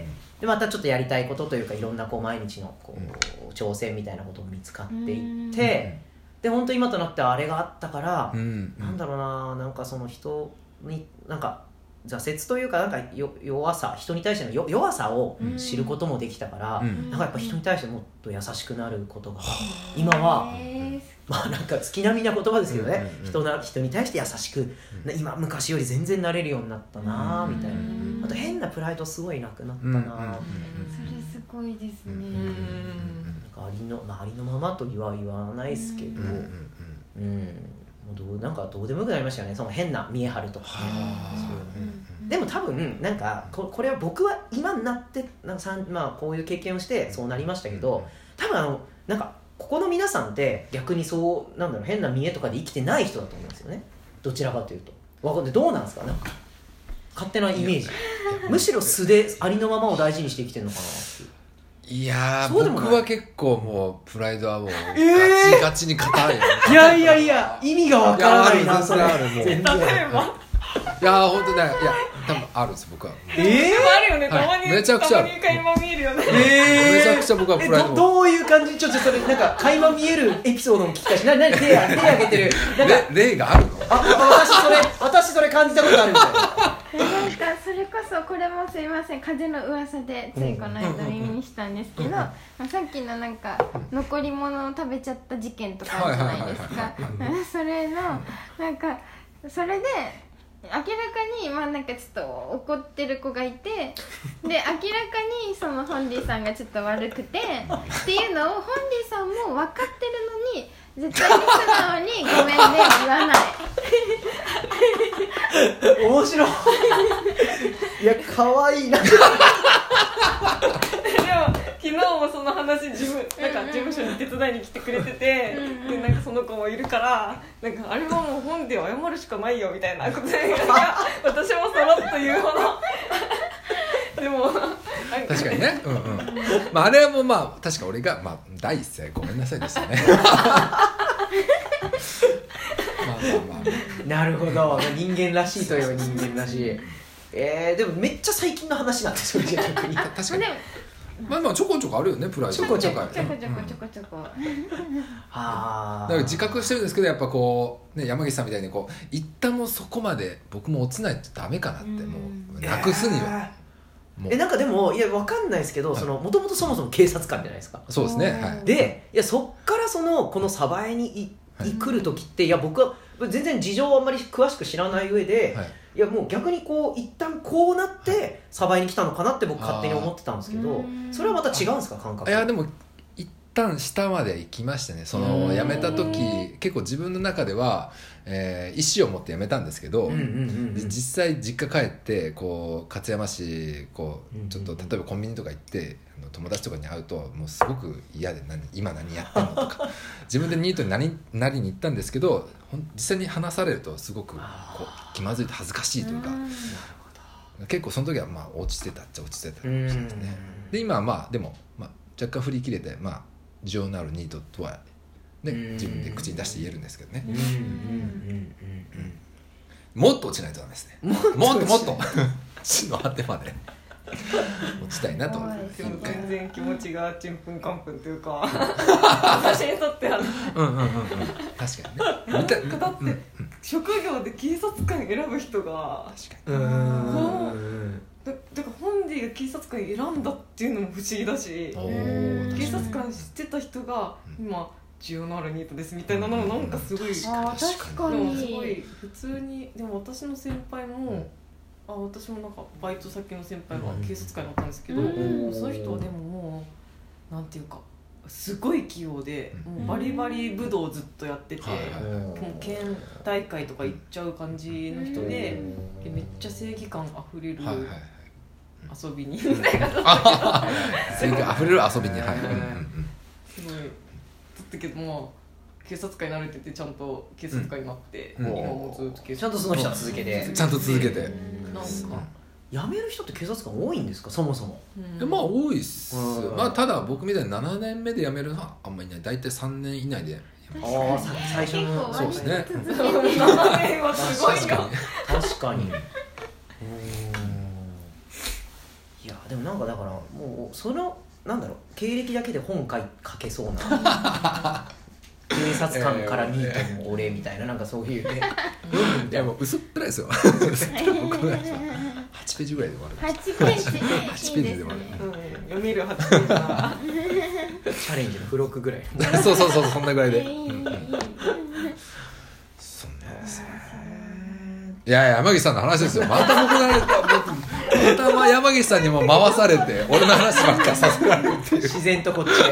でまたちょっとやりたいことというかいろんなこう毎日のこう挑戦みたいなことも見つかっていって、で本当今となってはあれがあったから、なんだろうな、なんかその人になんか挫折というかなんか弱さ、人に対しての弱さを知ることもできたから、なんかやっぱ人に対してもっと優しくなることが今はまあなんか月並みな言葉ですけどね、人な人に対して優しく今昔より全然なれるようになったなみたいな、あと変なプライドすごいなくなったな、 それすごいですね。 ありの、まあ、ありのままとは言わないですけど、うん、うん、もうどうなんかどうでもよくなりましたよね、その変な見え張るとか、ね、うん、でも多分なんか こ, これは僕は今になってなんか、まあ、こういう経験をしてそうなりましたけど、多分あのなんかここの皆さんって逆にそうなんだろう変な見えとかで生きてない人だと思うんですよね、どちらかというと。わかんない、どうなんですか、なんか勝手なイメージむしろ素でありのままを大事にして生きてるのかなっていう。 いやー僕は結構もうプライドはもうガチガチに硬い、ね、 いやいやいや意味がわからないな、それ。 全然あるもう例えばいやー本当ね、いや多分あるんです僕は。 えー、でもあるよね、たまに、 はい、めちゃくちゃある、 たまに垣間見えるよね、 えー、 めちゃくちゃ僕はプライドもど, どういう感じ、ちょっとそれなんか垣間見えるエピソードも聞きたいし、な何手手挙げてるなんか例があるの？ あ私それ私それ感じたことあるみたいな。 なんかそれこそこれもすいません風の噂でついこの間耳にしたんですけど、さっきのなんか残り物を食べちゃった事件とかあるじゃないですか。それのなんかそれで明らかにまあなんかちょっと怒ってる子がいて、で明らかにそのホンディさんがちょっと悪くてっていうのをホンディさんも分かってるのに絶対に素直にごめんね言わない面白いいや可愛いなでも昨日日もその話自分なんか事務所に手伝いに来てくれててでなんかその子もいるからなんかあれはもう本で謝るしかないよみたいなことで私もさらっと言うほどでも確かにね、うんうん、まああれはもうまあ確か俺がまあ第一声ごめんなさいでしたねまあまあまあなるほど、人間らしいといえば人間らしい。えー、でもめっちゃ最近の話なんですよね逆に。 確かにまあまあちょこちょこあるよねプライド。 ちょこちょこちょこちょこちょこちょこ。 ああ。 だから自覚してるんですけどやっぱこうね山岸さんみたいにこう一旦もうそこまで僕も落ちないとダメかなってもうなくすには。 もうえなんかでもいやわかんないですけど、そのもともとそもそも警察官じゃないですか。 そうですね。はい。 でいやそっからそのこの鯖江にい、はい、来る時っていや僕は全然事情をあんまり詳しく知らない上で。はいいやもう逆にこう一旦こうなって鯖江に来たのかなって僕勝手に思ってたんですけど、それはまた違うんですか感覚。 いやでも一旦下まで行きましたね。その辞めた時結構自分の中では、えー、意思を持って辞めたんですけど、うんうんうんうん、実際実家帰ってこう勝山市こうちょっと例えばコンビニとか行って友達とかに会うともうすごく嫌で何今何やってんのとか自分でニートになり、なりに行ったんですけど実際に話されるとすごくこう気まずいと恥ずかしいというか、結構その時はまあ落ちてたっちゃ落ちてたかもしれないですね。で今はまあでも、まあ、若干振り切れてまあ需要のあるニートとは、ね、自分で口に出して言えるんですけどね。もっと落ちないとダメですね。もっともっともっと地の果てまで落ちたいなと思います。 でも全然気持ちがちんぷんかんぷんというか私にとってはうんうんうんうん確かにね。 だって、うん、職業で警察官選ぶ人が確かにうんだ, だから本人が警察官選んだっていうのも不思議だし警察官知ってた人が今需要のあるニートですみたいなのもなんかすごいあ確かにすごい普通にでも私の先輩も、うんあ私もなんかバイト先の先輩が警察官だったんですけど、うん、その人はでももうなんていうかすごい器用で、うん、もうバリバリ武道をずっとやってて、うん、もう県大会とか行っちゃう感じの人で、うん、めっちゃ正義感あふれる遊びにみたいな正義感あふれる遊びにはいすごいだったけどまあ警察官になれててちゃんと警察官になって、うん、今もずっと警察官ちゃんとその人は続けてちゃんと続けてなんか辞める人って警察官多いんですかそもそも、 うん、まあ多いっす、まあ、ただ僕みたいにななねんめで辞めるのはあんまりいない大体さんねん以内でああ最初のそうですねななねんはすごいな確かにうんいやでもなんかだからもうそのなんだろう経歴だけで本書い書けそうな警察官からニートの俺みたいななんかそういうねいやもう薄っぺらいですよはちページぐらいで終わるはちページではちページで終わる、 うん、読めるはちページなチャレンジの付録ぐらいそうそうそうそんなぐらいで、うん、そうねいやいや山岸さんの話ですよまた僕がまたま山岸さんにも回されて俺の話ばっかさせられるっていう自然とこっちで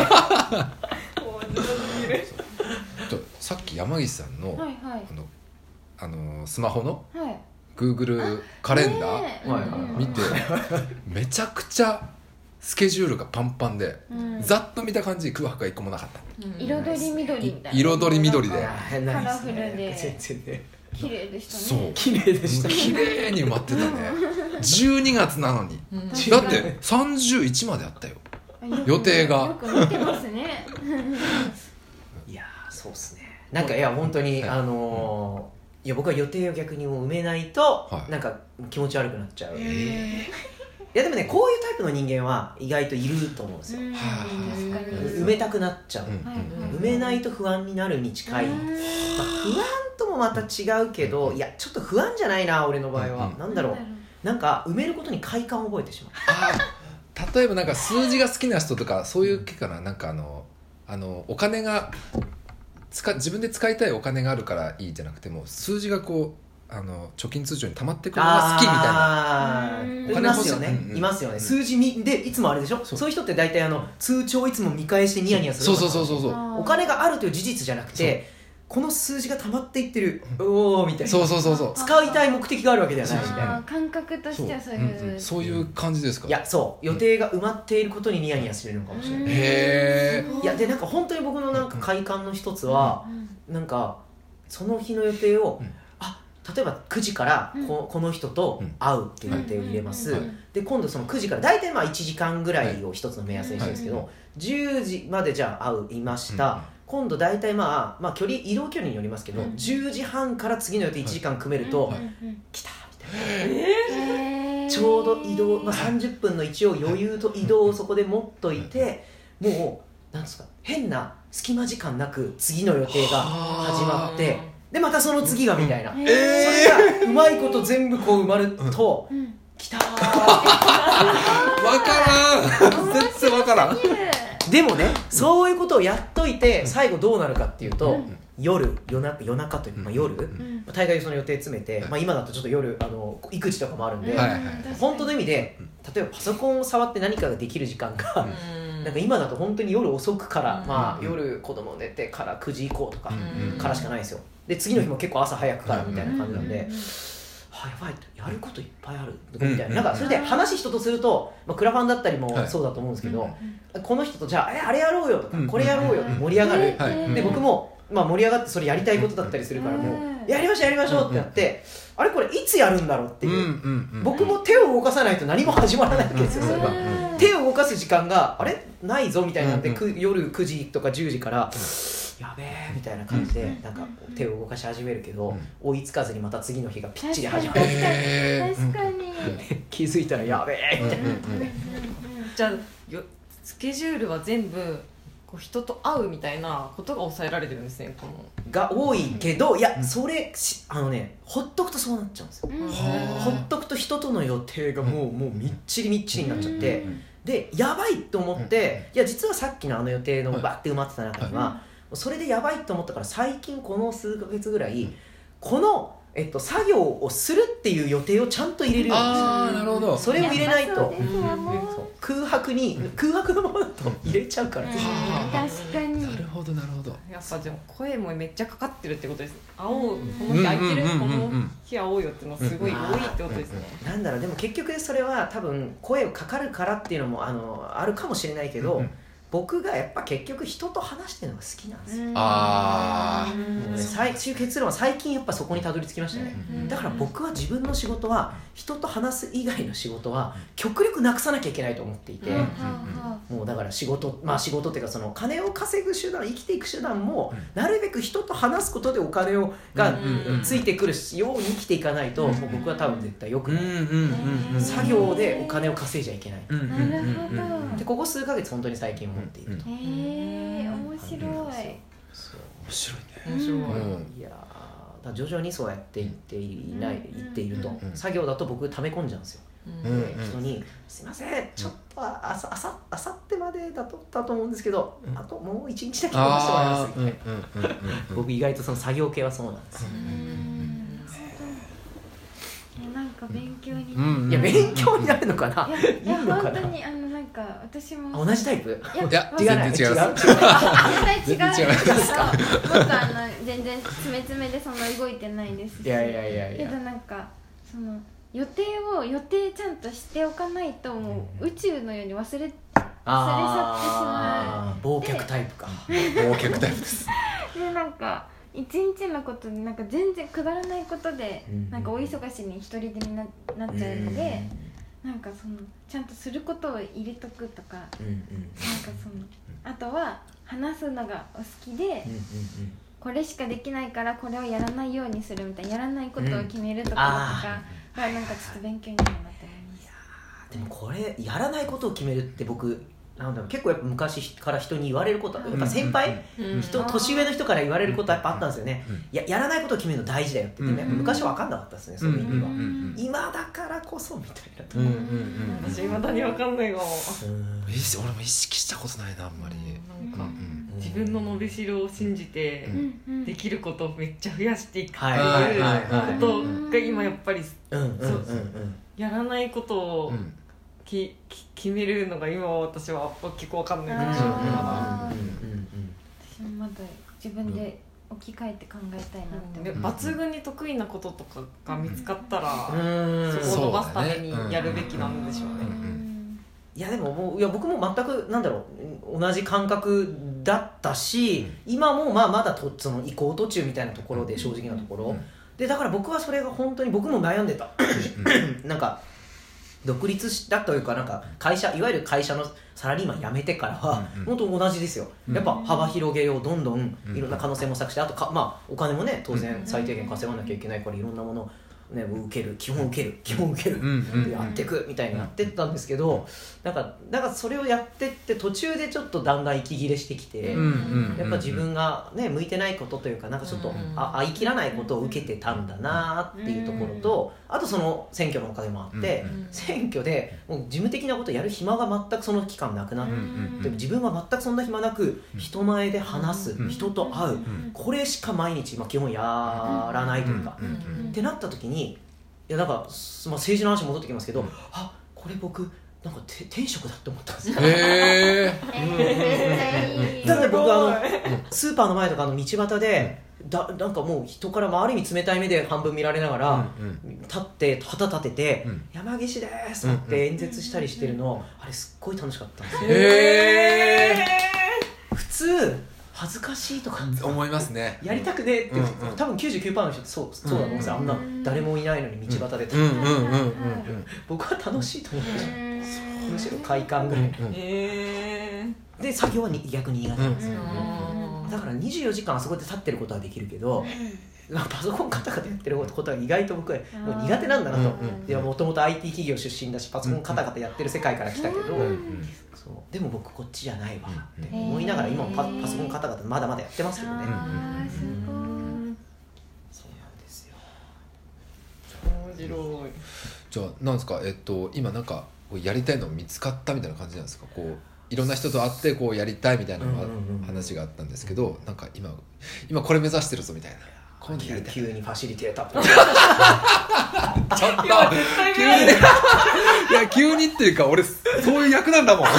さっき山岸さんの、 はいはい、 あのあのスマホの、 はい、 Google カレンダー見て、めちゃくちゃスケジュールがパンパンで、うん、ざっと見た感じ空白が一個もなかった、 うん、彩り緑みたいな彩り緑でカラフルで全然ね綺麗でしたねそう綺麗でしたね綺麗に埋まってたねじゅうにがつなのに、うん、だってさんじゅういちまであったよ予定がよく見てますねいやそうっすねなんかいや本当に、はい、あのー、いや僕は予定を逆にもう埋めないと、はい、なんか気持ち悪くなっちゃう、えー、いやでもねこういうタイプの人間は意外といると思うんですよ、うん、埋めたくなっちゃう、うん、埋めないと不安になるに近い、まあ、不安ともまた違うけどいやちょっと不安じゃないな俺の場合は、うん、なんだろうなんか埋めることに快感を覚えてしまうあ例えばなんか数字が好きな人とかそういう系かななんかあのあのお金が使自分で使いたいお金があるからいいじゃなくても数字がこうあの貯金通帳に溜まってくるのが好きみたいなお金いますよね、うんうん、いますよね、うん、数字見でいつもあれでしょ そ, そういう人って大体あの通帳をいつも見返してニヤニヤするそうそうそうそうそうお金があるという事実じゃなくてこの数字が溜まっていってる、おーみたいな、 そうそうそうそう、 使いたい目的があるわけではないみたいな、 感覚としてはそういう、 そう、うんうん、そういう感じですか。 いやそう予定が埋まっていることにニヤニヤしてるのかもしれない、うん、へえ。 いやでなんか本当に僕のなんか快感の一つは、うん、なんかその日の予定を、うん、あ例えばくじからこ、うん、この人と会うっていう予定を入れます、うん、で今度そのくじから大体まあいちじかんぐらいを一つの目安にしてるんですけど、はい、じゅうじまでじゃあ会ういました、うん、今度大体まあ、まあ距離移動距離によりますけど、うん、じゅうじはんから次の予定いちじかん組めると、はい、来たみたいな、えー、ちょうど移動、まあ、さんじゅっぷんの一応余裕と移動をそこで持っといて、もうなんですか変な隙間時間なく次の予定が始まってでまたその次がみたいな、えー、それがうまいこと全部こう埋まると、うん、来たーわからん全然わからん。 でもね、そういうことをやっといて最後どうなるかっていうと、うん、夜夜中夜中というか、まあ、夜、うん、大概その予定詰めて、まあ、今だとちょっと夜あの育児とかもあるんで、うん、本当の意味で例えばパソコンを触って何かができる時間が、うん、なんか今だと本当に夜遅くから、うん、まあ、夜子供寝てからくじ以降とかからしかないんですよ。で次の日も結構朝早くからみたいな感じなんで、うん、あやばいやることいっぱいあるみたいな、なんかそれで話人とすると、まあ、クラファンだったりもそうだと思うんですけど、はい、この人とじゃあ えあれやろうよとか、うん、これやろうよって盛り上がる、はい、で僕も、まあ、盛り上がってそれやりたいことだったりするからもうやりましょうやりましょうってなって、あれこれいつやるんだろうっていう、うんうんうん、僕も手を動かさないと何も始まらないわけですよ。それが手を動かす時間があれないぞみたいなんで、うんうん、夜くじとかじゅうじから、うんやべえみたいな感じでなんか手を動かし始めるけど、うん、追いつかずにまた次の日がぴっちり始まる。 確かに気づいたらやべえみたいな、うんうんうん、 じゃあよスケジュールは全部こう人と会うみたいなことが抑えられてるんですね。このが多いけど、いやそれあのねほっとくとそうなっちゃうんですよ、うん、ほっとくと人との予定がもう、もうみっちりみっちりになっちゃって、うん、でやばいと思って、うん、いや実はさっきのあの予定のバッて埋まってた中には、はい、それでやばいと思ったから最近この数ヶ月ぐらい、うん、このえっと、作業をするっていう予定をちゃんと入れるようにしてる。 あーなるほど。 それを入れないと、うん、空白に、うん、空白のままだと入れちゃうから、うん、 確かに。 なるほどなるほど。 やっぱじゃあ声もめっちゃかかってるってことです。会おう、この日空いてる、この日会おうよっていうのはすごい多いってことですね、 うん、なんだろうでも結局それは多分声をかかるからっていうのも あのあるかもしれないけど、うん、僕がやっぱ結局人と話してるのが好きなんですよ。 ああ、 ね、最終結論は最近やっぱそこにたどり着きましたね。だから僕は自分の仕事は人と話す以外の仕事は極力なくさなきゃいけないと思っていて、もうだから仕事まあ仕事っていうかその金を稼ぐ手段生きていく手段もなるべく人と話すことでお金をがついてくるように生きていかないと、もう僕は多分絶対良くない。作業でお金を稼いじゃいけない。でここ数ヶ月本当に最近思っていると。 へえ面白い。 そう面白いね。 面白い。 いやだ徐々にそうやっていっていない、うん、いっていると、うん、作業だと僕溜め込んじゃうんですよ、うん、で人に「すいませんちょっとあさあさあさってまでだとだと思うんですけど、うん、あともう一日だけ残してもらいます」みたいな。僕意外とその作業系はそうなんですよ。 なんか勉強に、 うん、いや勉強になるのかな。 いやいや本当にあのなんか私も同じタイプ。 いや違う全然違う。 絶対違う。全然違うですか。僕あの全然詰め詰めでその動いてないですし。 いやいやいやいや。 けどなんかその予定を予定ちゃんとしておかないともう宇宙のように忘れ忘れ去ってしまう。 忘却タイプか。 忘却タイプです。 でなんか。一日のことでなんか全然くだらないことで、うん、なんかお忙しに一人でに な, なっちゃうので、うん、なんかそのちゃんとすることを入れとくとか、うんうん、なんかそのあとは話すのがお好きで、うんうんうん、これしかできないからこれをやらないようにするみたいなやらないことを決めるところとかが、うん、なんかちょっと勉強になるなって思います。いやでもこれやらないことを決めるって僕なんだろう結構やっぱ昔から人に言われることはやっぱ先輩、うん、人年上の人から言われることはやっぱあったんですよね、うん、や, やらないことを決めるの大事だよって言って、ね、うん、昔は分かんなかったですねその意味は、うん、今だからこそみたいなところ、うんうんうん、私未だに分かんないわ、うん、 俺も意識したことないなあんまり、 うん、なんか、うん、自分の伸びしろを信じて、うん、できることをめっちゃ増やしていくことが今やっぱり、うんうんうんうん、やらないことを、うんきき決めるのが今私は結構わかんないかもしれない。 私もまだ自分で置き換えて考えたいなって思う、 うん、抜群に得意なこととかが見つかったら、うん、そこを伸ばすためにやるべきなんでしょうね。 いやでももういや僕も全くなんだろう同じ感覚だったし、今もまあまだとその移行途中みたいなところで、正直なところで、だから僕はそれが本当に僕も悩んでたなんか独立したというか、なんか会社いわゆる会社のサラリーマン辞めてからは本当同じですよ。やっぱ幅広げよう、どんどんいろんな可能性も作して、あとか、まあ、お金もね当然最低限稼がなきゃいけないから、いろんなものね、受ける基本受ける基本受ける、うんうん、でやっていくみたいにやってったんですけど、なんかなんかそれをやってって途中でちょっとだんだん息切れしてきて、うんうん、やっぱ自分が、ね、向いてないことというか、なんかちょっと、うん、あ合い切らないことを受けてたんだなっていうところと、あとその選挙のお金もあって、うん、選挙でもう事務的なことをやる暇が全くその期間なくなって、うん、で自分は全くそんな暇なく人前で話す、うん、人と会う、うん、これしか毎日、まあ、基本やらないというか、うんうん、ってなった時に、いやなんか、まあ、政治の話戻ってきますけど、うん、あこれ僕なんか転職だって思ったんですよ。へーだって僕あのスーパーの前とかの道端でだなんかもう人からある意味冷たい目で半分見られながら、うんうん、立って旗立てて、うん、山岸ですって演説したりしてるの、うんうん、あれすっごい楽しかったんですよ。へー普通恥ずかしいとか思いますね。 やりたくねえって、うんうん、多分 きゅうじゅうきゅうパーセント の人ってそうそうだと思うんですよ。あんな誰もいないのに道端で立って僕は楽しいと思ってむしろ快感ぐらい、うんうん、で作業はに逆に苦手なんですよ、うん、だからにじゅうよじかんあそこで立ってることはできるけど、パソコンカタカタやってることは意外と僕はもう苦手なんだなと。いやもともと アイティー 企業出身だし、パソコンカタカタやってる世界から来たけど、うんうん、そうでも僕こっちじゃないわって思いながら今も パ, パソコンカタカタまだまだやってますけどね。あすごい、そうなんですよ。 面白い。 じゃあなんですか、えっと今なんかやりたいの見つかったみたいな感じなんですか。こういろんな人と会ってこうやりたいみたいな話があったんですけど、なんか今今これ目指してるぞみたいな。 今度やりたい。急にファシリテーターちょっと急にいや急にっていうか俺そういう役なんだもん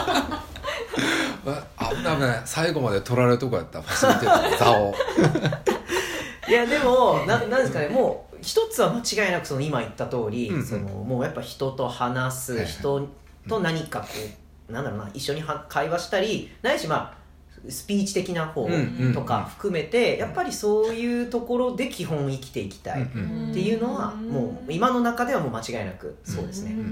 危ない危ない、最後まで取られるとこやったファシリテーターの座をいやでも な, なんですかね、もう一つは間違いなくその今言った通り、うんうん、そのもうやっぱ人と話す、はい、人と何かこう、うん、なんだろうな、一緒には会話したりないし、まあスピーチ的な方とか含めて、うんうん、やっぱりそういうところで基本生きていきたいっていうのはもう今の中ではもう間違いなくそうですね、うん、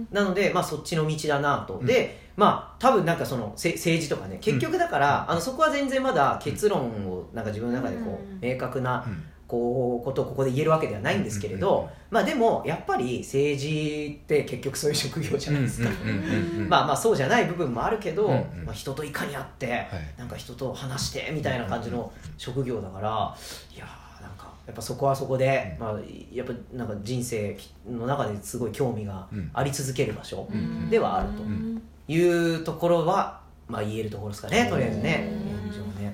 なので、まあ、そっちの道だなと。でまあ多分なんかその政治とかね、結局だから、うん、あのそこは全然まだ結論をなんか自分の中でこう明確なこうことをここで言えるわけではないんですけれど、まあでもやっぱり政治って結局そういう職業じゃないですか。まあまあそうじゃない部分もあるけど、まあ、人といかに会ってなんか人と話してみたいな感じの職業だから、いやなんかやっぱそこはそこで、まあ、やっぱなんか人生の中ですごい興味があり続ける場所ではあるというところは、まあ、言えるところですかね、とりあえずね、現状ね。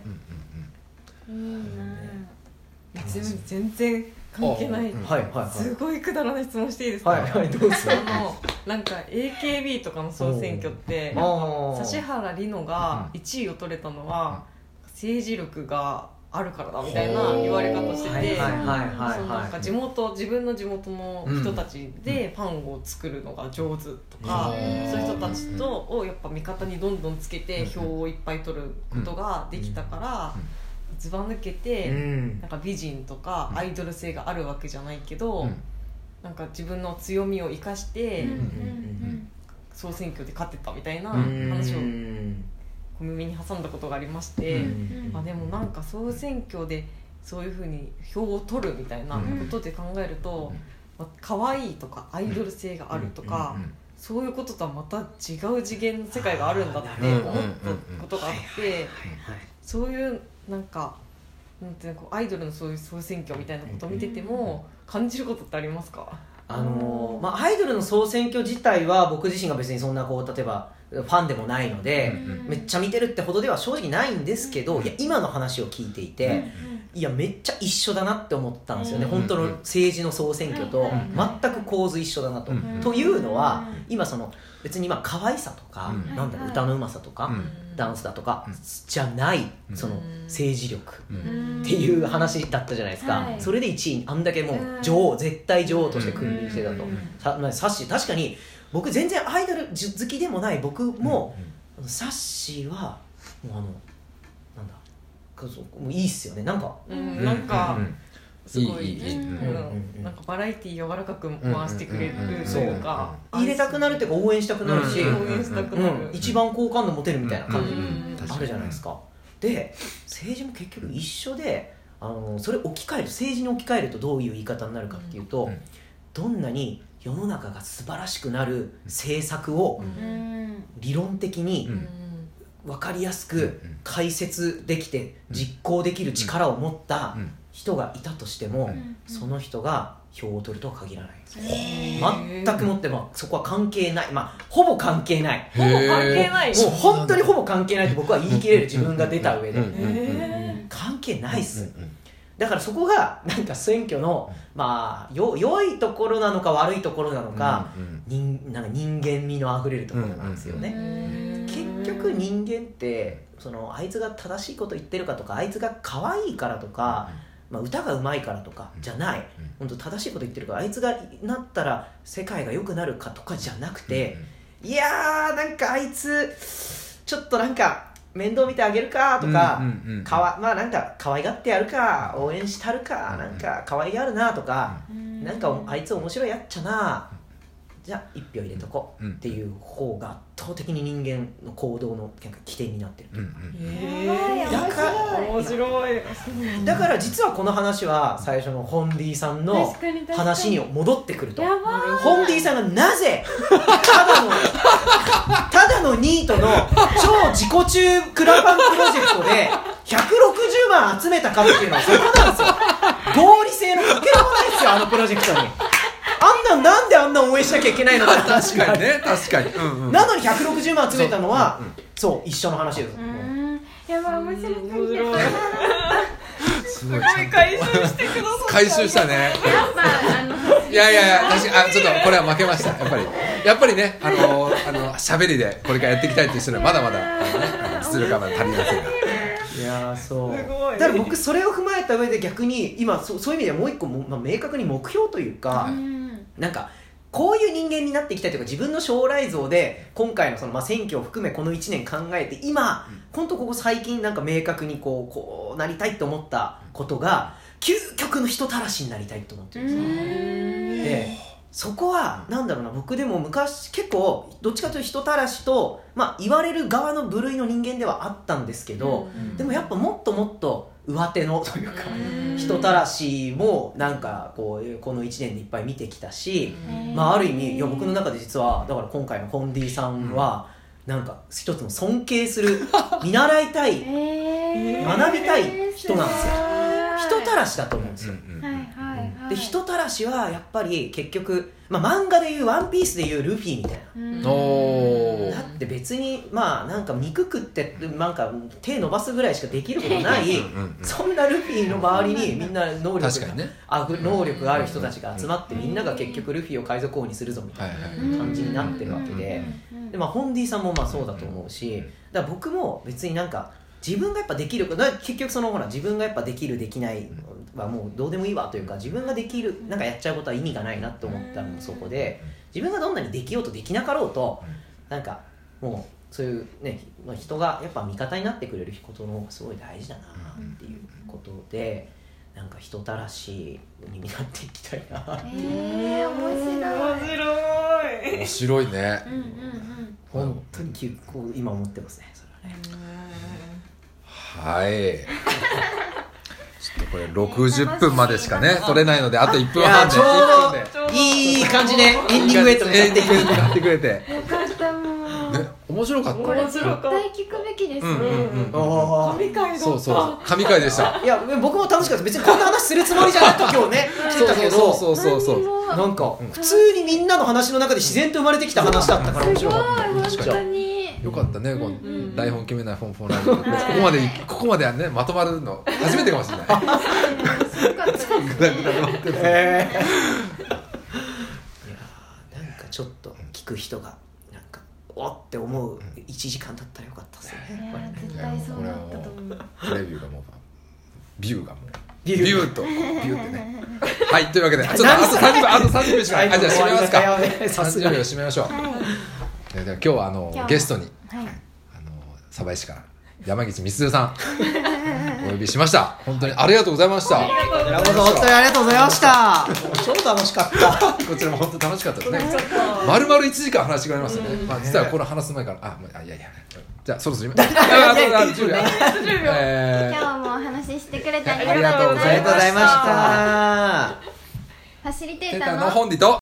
全然関係ない、 はいはいはい、 すごいくだらない質問していいですか。 はいはい、どうぞ。 あのなんか エーケービー とかの総選挙って指原莉乃がいちいを取れたのは政治力があるからだみたいな言われ方してて、地元自分の地元の人たちでパンを作るのが上手とか、うん、そういう人たちとをやっぱ味方にどんどんつけて票をいっぱい取ることができたから、ずば抜けて、うん、なんか美人とかアイドル性があるわけじゃないけど、うん、なんか自分の強みを生かして、うん、総選挙で勝ってたみたいな話を小耳に挟んだことがありまして、うん、あでもなんか総選挙でそういう風に票を取るみたいなことで考えると、うん、可愛いとかアイドル性があるとか、うん、そういうこととはまた違う次元の世界があるんだって思ったことがあって、そういうなんかなんていうのこうアイドルのそういう総選挙みたいなことを見てても感じることってありますか？ あのーまあ、アイドルの総選挙自体は僕自身が別にそんなこう例えばファンでもないので、うんうん、めっちゃ見てるってほどでは正直ないんですけど、いや今の話を聞いていて、うんうん、いやめっちゃ一緒だなって思ったんですよね、うんうん、本当の政治の総選挙と全く構図一緒だなと、 うん、 というのは今その別に今可愛さとか、うん、なんだろう歌のうまさとか、うん、ダンスだとか、うん、じゃないその政治力っていう話だったじゃないですか、うん、それでいちいあんだけもう女王絶対女王として君臨してたと、うん、さサッシー確かに僕全然アイドル好きでもない僕も、うん、サッシーはもうあのなんだもういいっすよねなんか、 うん、なんか、うんすごいいい、うん、なんかバラエティー柔らかく回してくれるというか、 入れたくなるっていうか応援したくなるし、 応援したくなる、 うん、一番好感度持てるみたいな感じあるじゃないですか。で政治も結局一緒であのそれ置き換える政治に置き換えるとどういう言い方になるかっていうと、どんなに世の中が素晴らしくなる政策を理論的に分かりやすく解説できて実行できる力を持った人がいたとしても、うん、その人が票を取るとは限らない、全くもってもそこは関係ない、まあほぼ関係ないほぼ関係ないもう本当にほぼ関係ないと僕は言い切れる自分が出た上で関係ないっす。だからそこがなんか選挙のまあよ良いところなのか悪いところなのか、人なんか人間味のあふれるところなんですよね。結局人間ってそのあいつが正しいこと言ってるかとかあいつが可愛いからとか、まあ、歌がうまいからとかじゃない、本当正しいこと言ってるからあいつがなったら世界が良くなるかとかじゃなくて、いやーなんかあいつちょっとなんか面倒見てあげるかとか、かわまあなんか可愛がってやるか応援したるかなんか可愛がるなとか、なんかあいつ面白いやっちゃなじゃあ一票入れとこうっていう方が圧倒的に人間の行動の起点になってるというか、 へーだから面白い。 だから実はこの話は最初のホンディさんの話に戻ってくると、ホンディさんがなぜただのただのニートの超自己中クラファンプロジェクトでひゃくろくじゅうまん集めたかっていうのはそこなんですよ。合理性のかけらもないですよあのプロジェクトに。あんなんなんであんな応援しなきゃいけないのかって確かにね確かに、うんうん、 なのにひゃくろくじゅうまん集めたのはそう、うんうん、そう一緒の話です。 うんやばい面白いすごい回収してくださった回収したねやっぱあのいやいやいや確かあちょっとこれは負けましたやっぱりやっぱりねあのあの喋りでこれからやっていきたいっていう人にはまだまだあの、ね、出力が足りませんがいやそうだから僕それを踏まえた上で逆に今 そ, そういう意味ではもう一個も、まあ、明確に目標というか、うん、なんかこういう人間になっていきたいというか自分の将来像で今回のその、まあ、選挙を含めこのいちねん考えて今本当ここ最近なんか明確にこうこうなりたいと思ったことが究極の人たらしになりたいと思ってるんですよ。でそこはなんだろうな僕でも昔結構どっちかというと人たらしと、まあ、言われる側の部類の人間ではあったんですけど、でもやっぱもっともっと上手のというか人たらしもなんかこうこのいちねんでいっぱい見てきたし、まあ、ある意味いや僕の中で実はだから今回のホンディさんはなんか一つの尊敬する見習いたい学びたい人なんですよ。人たらしだと思うんですよ。で人たらしはやっぱり結局、まあ、漫画でいうワンピースでいうルフィみたいな、おだって別にまあなんか肉食ってなんか手伸ばすぐらいしかできることないそんなルフィの周りにみんな能力が、ね、あ能力がある人たちが集まってみんなが結局ルフィを海賊王にするぞみたいな感じになってるわけで、で、まあ、ホンディさんもまあそうだと思うし、だから僕も別になんか自分がやっぱできるだ結局そのほら自分がやっぱできるできないはもうどうでもいいわというか自分ができるなんかやっちゃうことは意味がないなと思ったのもそこで、自分がどんなにできようとできなかろうとなんかもうそういうね人がやっぱ味方になってくれることの方がすごい大事だなっていうことで、なんか人たらしになっていきたいなっていう。 えー、面白い面白い面白いね。 うんうんうん、 本当にこう今思ってますねそれはね。 はい。ちょっとこれろくじゅっぷんまでしかね取れないのであといっぷんはんでちょうどいい感じでエンディングへとエンディングへとやってくれてよかったもう、 ね、面白かった。 これ絶対聞くべきですね。 うんうんうん、 神回だった。 そうそう神回でした。 いや僕も楽しかった。別にこんな話するつもりじゃなく今日ね来てたけど、 そうそうそうそうなんか普通にみんなの話の中で自然と生まれてきた話だったから面白かった。 すごい本当によかったね、この台本決めないフォンフォンライブ、ここまでここまでねまとまるの初めてかもしれない。 えー、いちょっと聞く人がなんかおって思ういちじかんだったらよかったですね。 いや絶対そうだったと思う。 レビューがもうビューがもうビューとビューってね。はいというわけでちょっとあとさんじゅうびょうあとさんじゅうびょうしかない。あじゃあ締めますか。さんじゅうびょう締めましょう。では今日はあのゲストにあの鯖江市から山口みすずさんお呼びしました。本当にありがとうございました。 こちらこそ本当にありがとうございました。超楽しかった。 こちらも本当に楽しかったですね。丸々いちじかん話がありましたね。まあ実はこの話す前からあいやいやじゃあそろそろ今今日もお話ししてくれてありがとうございました。 ありがとうございました。 ファシリテーターの本日と